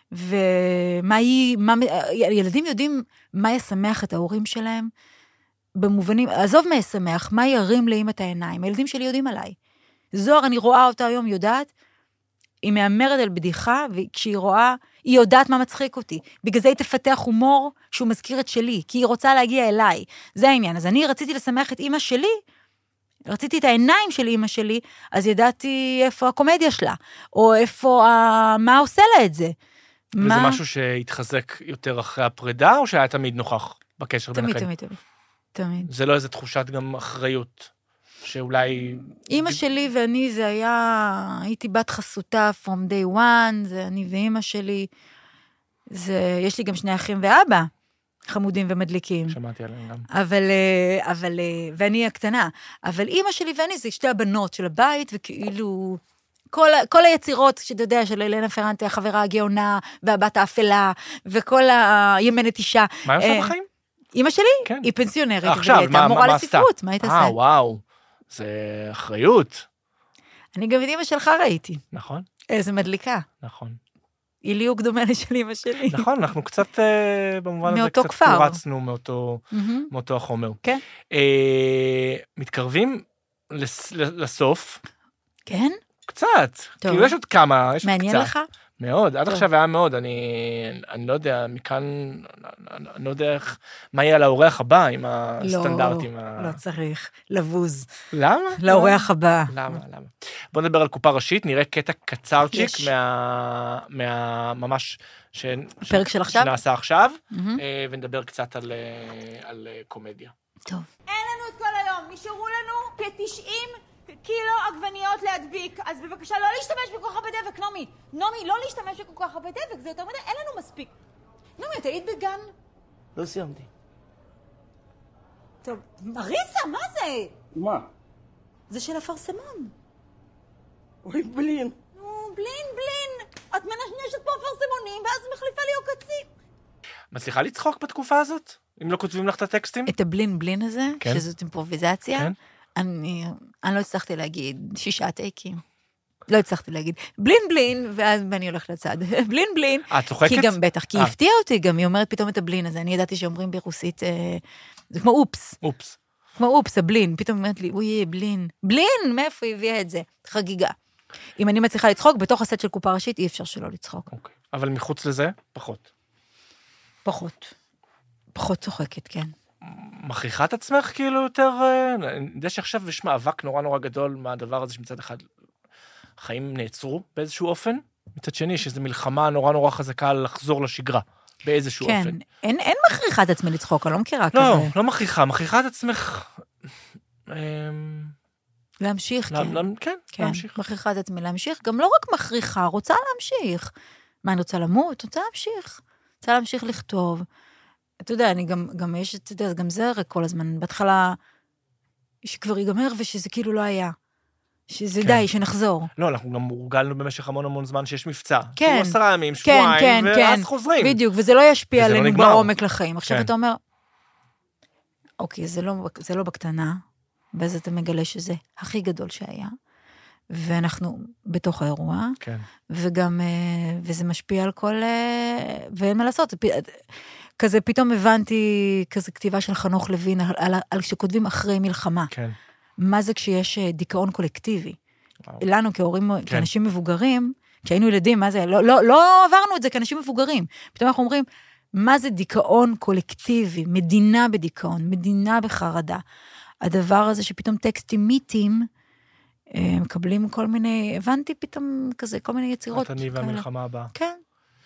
ומה היא, ילדים יודעים מה ישמח את ההורים שלהם, במובנים, עזוב מה ישמח, מה ירים לאמא את העיניים, הילדים שלי יודעים עליי. זוהר, אני רואה אותה היום, יודעת, היא מאמרת על בדיחה, וכשהיא רואה, היא יודעת מה מצחיק אותי. בגלל זה היא תפתח הומור שהוא מזכיר את שלי, כי היא רוצה להגיע אליי. זה העניין. אז אני רציתי לשמח את אמא שלי, רציתי את העיניים של אמא שלי, אז ידעתי איפה הקומדיה שלה, או איפה, ה... מה עושה לה את זה. וזה מה... משהו שהתחזק יותר אחרי הפרידה, או שהיה תמיד נוכח בקשר תמיד, ביניכם? תמיד, תמיד, תמיד. זה לא איזו תחושת גם אחריות, שאולי... אמא שלי ואני, זה היה, הייתי בת חסותה from day one, זה אני ואמא שלי, זה, יש לי גם שני אחים ואבא, חמודים ומדליקים. שמעתי עליהם גם. אבל, אבל, ואני הקטנה, אבל אמא שלי ואני, זה שתי הבנות של הבית, וכאילו, כל, כל היצירות, שאתה יודע, של אלנה פרנטה, החברה הגאונה, והבת האפלה, וכל הימנת אישה. מה היא עושה בחיים? אמא שלי? כן. היא פנסיונרית, עכשיו, והיא הייתה מורה לספרות, מה היא תעשה? אה, וואו, זה אחריות. אני גם את אמא שלך ראיתי. נכון. איזה מדליקה. נכון. היא ליהוק דומה לשל אמא שלי. נכון, אנחנו קצת, במובן הזה, קצת פורצנו מאותו החומר. כן. מתקרבים לסוף. כן? קצת. כאילו יש עוד כמה, יש עוד קצת. מעניין לך? מאוד, עד עכשיו היה מאוד, אני, אני לא יודע, מכאן, אני לא יודע איך, מה יהיה לאורח הבא עם הסטנדרטים. לא, לא צריך, לבוז. למה? לאורח הבא. למה, למה? בוא נדבר על קופה ראשית, נראה קטע קצרצ'יק מה, ממש, פרק של עכשיו? שנעשה עכשיו, ונדבר קצת על קומדיה. טוב. אין לנו את כל היום, נשארו לנו כ-תשעים קילו עגבניות להדביק, אז בבקשה לא להשתמש בכל כך הרבה דבק, נומי. נומי, לא להשתמש בכל כך הרבה דבק, זה יותר מדי, אין לנו מספיק. נעמי, את היית בגן? לא סיימתי. טוב, מריסה, מה זה? מה? זה של אפרסמון. אוי, בלין. נו, בלין, בלין. את מנשנשת פה אפרסמונים, ואז מחליפה לי עוקצים. מצליחה לצחוק בתקופה הזאת? אם לא כותבים לך את הטקסטים? את הבלין בלין הזה, כן. שזאת אימפרוביזציה, כן. אני, אני לא הצלחתי להגיד שישה טייקים. לא הצלחתי להגיד, בלין בלין, ואז אני הולכת לצד, בלין בלין. את צוחקת? כי גם בטח, כי הפתיע אותי גם, היא אומרת פתאום את הבלין הזה, אני ידעתי שאומרים ברוסית, אה, זה כמו אופס. אופס. כמו אופס, הבלין, פתאום אומרת לי, אוי, בלין, בלין, מאיפה היא הביאה את זה? חגיגה. אם אני מצליחה לצחוק, בתוך הסט של קופה ראשית, אי אפשר שלא לצחוק. אוקיי. אבל מחוץ לזה, פחות. פחות. פחות צוחקת, כן. מכריחה את עצמך כאילו יותר... אני יודע שעכשיו יש מאבק נורא נורא גדול מהדבר הזה שמצד אחד החיים נעצרו באיזשהו אופן, מצד שני יש איזו מלחמה נורא נורא חזקה לחזור לשגרה, באיזשהו כן. אופן. כן, אין, אין מכריחה את עצמי לצחוק, אני לא מכירה לא, כזה. לא, לא מכריחה, מכריחה את עצמך... להמשיך, לה, כן. לה, כן, כן, להמשיך. מכריחה את עצמי להמשיך, גם לא רק מכריחה, רוצה להמשיך. מה, אני רוצה למות? רוצה להמשיך. רוצה להמשיך לכתוב. אתה יודע, אני גם, גם יש, אתה יודע, גם זה הרי כל הזמן, בהתחלה, שכבר ייגמר ושזה כאילו לא היה. שזה כן. די, שנחזור. לא, אנחנו גם הורגלנו במשך המון המון זמן שיש מבצע. כן. עשרה ימים, שבועיים, כן, כן, ואז כן. חוזרים. בדיוק, וזה לא ישפיע וזה עלינו לא בעומק לחיים. עכשיו כן. אתה אומר, אוקיי, זה לא, זה לא בקטנה, ואז אתה מגלה שזה הכי גדול שהיה, ואנחנו בתוך האירוע, כן. וגם, וזה משפיע על כל, ואין מה לעשות, כזה פתאום הבנתי, כזה כתיבה של חנוך לוין, על, על, על שכותבים אחרי מלחמה. כן. מה זה כשיש דיכאון קולקטיבי? וואו. לנו כהורים, כן. כאנשים מבוגרים, כשהיינו ילדים, מה זה? לא, לא, לא עברנו את זה כאנשים מבוגרים. פתאום אנחנו אומרים, מה זה דיכאון קולקטיבי? מדינה בדיכאון, מדינה בחרדה. הדבר הזה שפתאום טקסטים מיתים, מקבלים כל מיני, הבנתי פתאום כזה, כל מיני יצירות. התני והמלחמה הבאה. כן.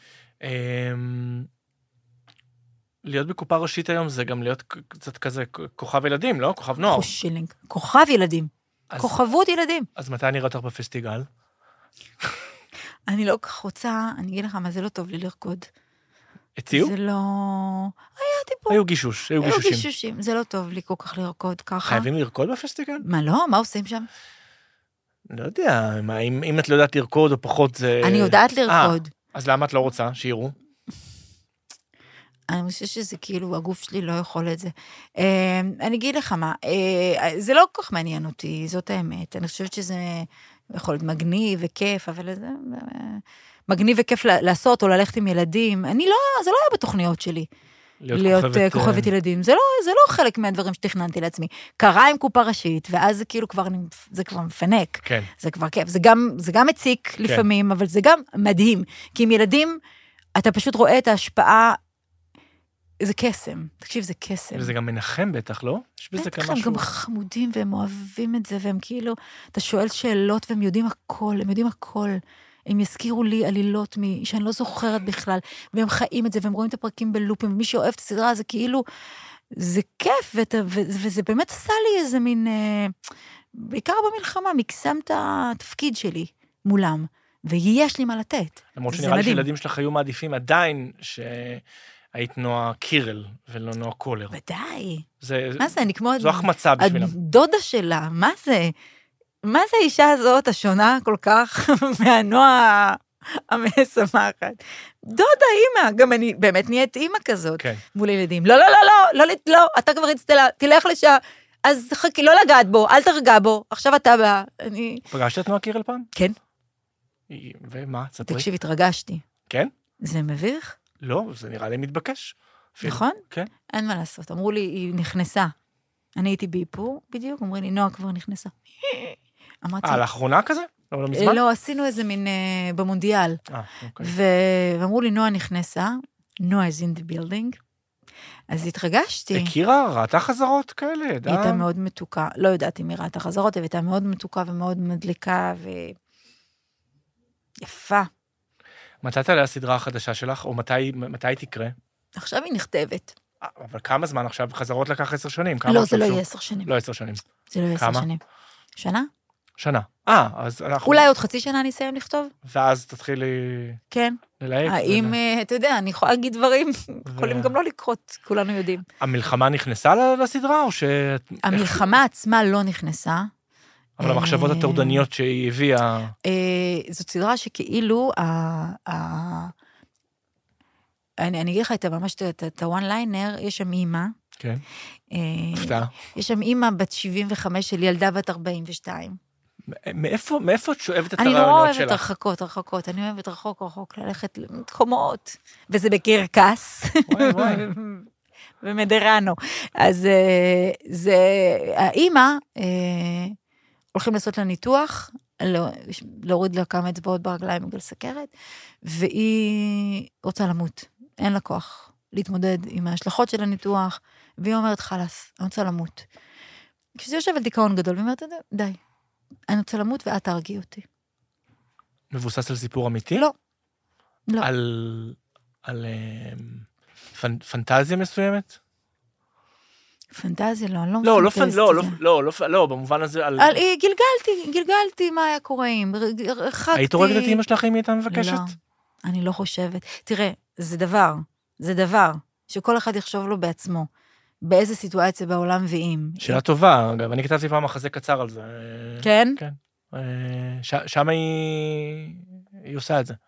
להיות בקופה ראשית היום זה גם להיות קצת כזה כוכב ילדים, לא? כוכב נוער. חושילינג. כוכב ילדים. אז, כוכבות ילדים. אז מתי אני אראה אותך בפסטיגל? אני לא כך רוצה, אני אגיד לך מה, זה לא טוב לי לרקוד. הציעו? זה לא... היה טיפול. היו גישוש, היו גישושים. היו גישושים, זה לא טוב לי כל כך לרקוד ככה. חייבים לרקוד בפסטיגל? מה לא? מה עושים שם? לא יודע, אם, אם את לא יודעת לרקוד או פחות זה... אני יודעת לרקוד. 아, אז למה את לא רוצה? שיראו? אני חושבת שזה כאילו, הגוף שלי לא יכול את זה. אני אגיד לך מה, זה לא כל כך מעניין אותי, זאת האמת. אני חושבת שזה יכול להיות מגניב וכיף, אבל זה מגניב וכיף לעשות או ללכת עם ילדים. אני לא, זה לא היה בתוכניות שלי. להיות, להיות כוכבת, כוכבת ילדים. זה לא, זה לא חלק מהדברים שתכננתי לעצמי. קרה עם קופה ראשית, ואז זה כאילו כבר, זה כבר מפנק. כן. זה כבר כיף. זה גם, זה גם מציק כן. לפעמים, אבל זה גם מדהים. כי עם ילדים, אתה פשוט רואה את ההשפעה, זה קסם. תקשיב, זה קסם. וזה גם מנחם בטח, לא? יש בזה כמשהו. הם גם חמודים, והם אוהבים את זה, והם כאילו, אתה שואל שאלות, והם יודעים הכל, הם יודעים הכל. הם יזכירו לי עלילות מ... שאני לא זוכרת בכלל, והם חיים את זה, והם רואים את הפרקים בלופים, ומי שאוהב את הסדרה, זה כאילו, זה כיף, ואת, ו, וזה באמת עשה לי איזה מין, בעיקר במלחמה, מקסם את התפקיד שלי מולם, ויש לי מה לתת. למרות שנראה לי שילדים שלך היו מעדיפים עדיין שהיית נועה קירל, ולא נועה קולר. ודאי. זה, מה זה, אני כמו... זו החמצה בשבילם. הדודה שלה, מה זה? מה זה האישה הזאת, השונה כל כך, מהנועה המשמחת? דודה, אימא, גם אני באמת נהיית אימא כזאת, כן. מול ילדים. לא, לא, לא, לא, לא, לא, אתה כבר הצטלה, תלך לשעה, אז חכי, לא לגעת בו, אל תרגע בו, עכשיו אתה בא, אני... פגשת את נועה קירל פעם? כן. ומה, ספרי? תקשיב, התרגשתי. כן? זה מביך? לא, זה נראה לי מתבקש. נכון? כן. אין מה לעשות, אמרו לי, היא נכנסה. אני הייתי באיפור, בדיוק, אומרים לי, נועה כבר נכנסה. אמרתי... אה, לאחרונה כזה? לא, לא מזמן? לא, עשינו איזה מין במונדיאל. אה, אוקיי. ואמרו לי, נועה נכנסה, נועה is in the building, אז התרגשתי. הכירה, ראתה חזרות כאלה? היא הייתה מאוד מתוקה, לא יודעת אם היא ראתה חזרות, היא הייתה מאוד מתוקה ומאוד מדליקה ויפה. מתי תעלה הסדרה החדשה שלך, או מתי, מתי תקרה? עכשיו היא נכתבת. אבל כמה זמן עכשיו? חזרות לקח עשר שנים. לא, זה לא יהיה עשר שנים. לא עשר שנים. זה לא יהיה עשר שנים. שנה? שנה. אה, אז אנחנו... אולי עוד חצי שנה אני אסיים לכתוב? ואז תתחילי... כן. ללהק. האם, אתה יודע, אני יכולה להגיד דברים, יכולים גם לא לקרות, כולנו יודעים. המלחמה נכנסה לסדרה, או ש... המלחמה עצמה לא נכנסה. אבל המחשבות הטורדניות שהיא הביאה... זאת סדרה שכאילו, אני אגיד לך את ממש את הוואן ליינר, יש שם אימא. כן. הפתעה. יש שם אימא בת שבעים וחמש של ילדה בת ארבעים ושתיים. מאיפה, מאיפה את שואבת את הרעיונות שלך? אני לא אוהבת רחקות, רחקות, אני אוהבת רחוק, רחוק, ללכת למקומות, וזה בקרקס. וואי, וואי. ומדרנו. אז זה, האימא, הולכים לעשות לה ניתוח, להוריד לה כמה אצבעות ברגליים בגלל סכרת, והיא רוצה למות, אין לה כוח להתמודד עם ההשלכות של הניתוח, והיא אומרת, חלס, אני רוצה למות. כשזה יושב על דיכאון גדול, והיא אומרת, די, אני רוצה למות ואת תרגיעי אותי. מבוסס על סיפור אמיתי? לא. לא. על, על פנ, פנטזיה מסוימת? פנטזיה, לא, אני לא לא, לא, לא, לא, לא, לא, לא, במובן הזה... על... על, גלגלתי, גלגלתי מה היה קורה עם, רחקתי... היית הורגת את אמא שלך אם היא הייתה מבקשת? לא, אני לא חושבת. תראה, זה דבר, זה דבר, שכל אחד יחשוב לו בעצמו, באיזה סיטואציה בעולם ואם. שאלה טובה, אגב, אני כתבתי פעם מחזה קצר על זה. כן? כן. שם היא... היא עושה את זה.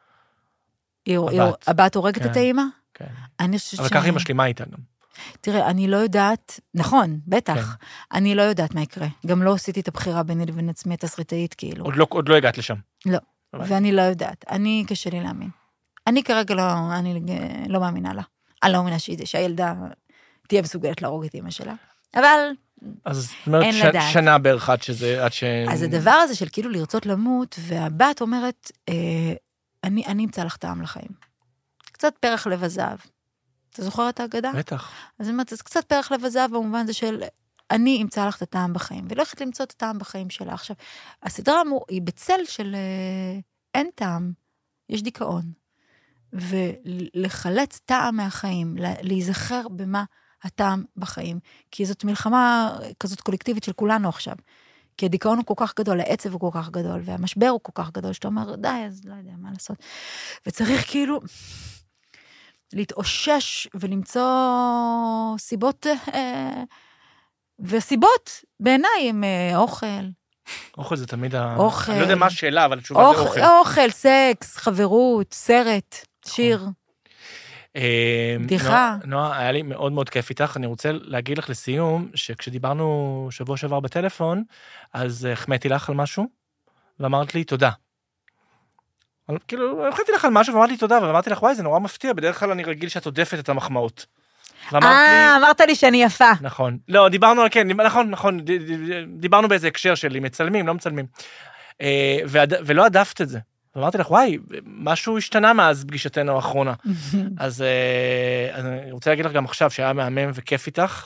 הבת הורגת את האמא? כן. אבל ככה היא משלימה איתה גם. תראה, אני לא יודעת, נכון, בטח, אני לא יודעת מה יקרה. גם לא עשיתי את הבחירה ביני לבין עצמי התסריטאית, כאילו. עוד לא הגעת לשם. לא, ואני לא יודעת. אני קשה לי להאמין. אני כרגע לא מאמינה לה. אני לא מאמינה שהילדה תהיה מסוגלת להרוג את אמא שלה. אבל... אז זאת אומרת, שנה בערך עד שזה, עד ש... אז הדבר הזה של כאילו לרצות למות, והבת אומרת, אני אמצא לך טעם לחיים. קצת פרח לב הזהב. אתה זוכר את ההגדה? בטח. אז אני אומרת, זה קצת פרח לב הזהב במובן זה של, אני אמצא לך את הטעם בחיים, ולא הולכת למצוא את הטעם בחיים שלה. עכשיו, הסדרה אמור, היא בצל של אין טעם, יש דיכאון, ולחלץ טעם מהחיים, להיזכר במה הטעם בחיים, כי זאת מלחמה כזאת קולקטיבית של כולנו עכשיו, כי הדיכאון הוא כל כך גדול, העצב הוא כל כך גדול, והמשבר הוא כל כך גדול, שאתה אומר, די, אז לא יודע מה לעשות. וצריך כאילו להתאושש ולמצוא סיבות, וסיבות בעיניי הם אוכל. אוכל זה תמיד ה... אוכל. אני לא יודע מה השאלה, אבל התשובה זה אוכל. אוכל, סקס, חברות, סרט, שיר. בדיחה. נועה, היה לי מאוד מאוד כיף איתך, אני רוצה להגיד לך לסיום, שכשדיברנו שבוע שעבר בטלפון, אז החמאתי לך על משהו, ואמרת לי תודה. כאילו, החמאתי לך על משהו, ואמרת לי תודה, ואמרתי לך, וואי, זה נורא מפתיע, בדרך כלל אני רגיל שאת עודפת את המחמאות. אה, אמרת לי שאני יפה. נכון. לא, דיברנו על כן, נכון, נכון, דיברנו באיזה הקשר שלי, מצלמים, לא מצלמים. ולא עדפת את זה. ואמרתי לך, וואי, משהו השתנה מאז פגישתנו האחרונה. אז אני רוצה להגיד לך גם עכשיו שהיה מהמם וכיף איתך,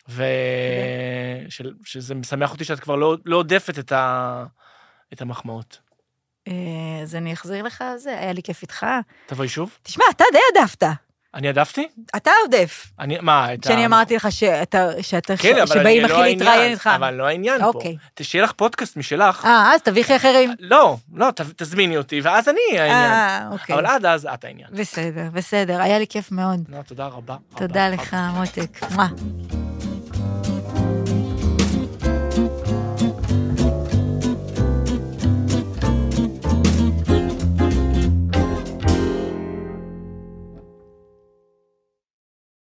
ושזה משמח אותי שאת כבר לא עודפת את המחמאות. אז אני אחזיר לך על זה, היה לי כיף איתך. תבואי שוב? תשמע, אתה די עדפת. אני עדפתי? אתה עודף. אני, מה, את ה... כשאני אמרתי לך שאתה, שאתה, כן, אבל שבאים אני הכי לא להתראיין העניין, איתך. אבל לא העניין פה. תשיהיה לך פודקאסט משלך. אה, אז תביכי אחרים. לא, לא, תזמיני אותי, ואז אני העניין. אה, אוקיי. אבל עד אז את העניין. בסדר, בסדר, היה לי כיף מאוד. לא, תודה רבה. תודה לך, מותק.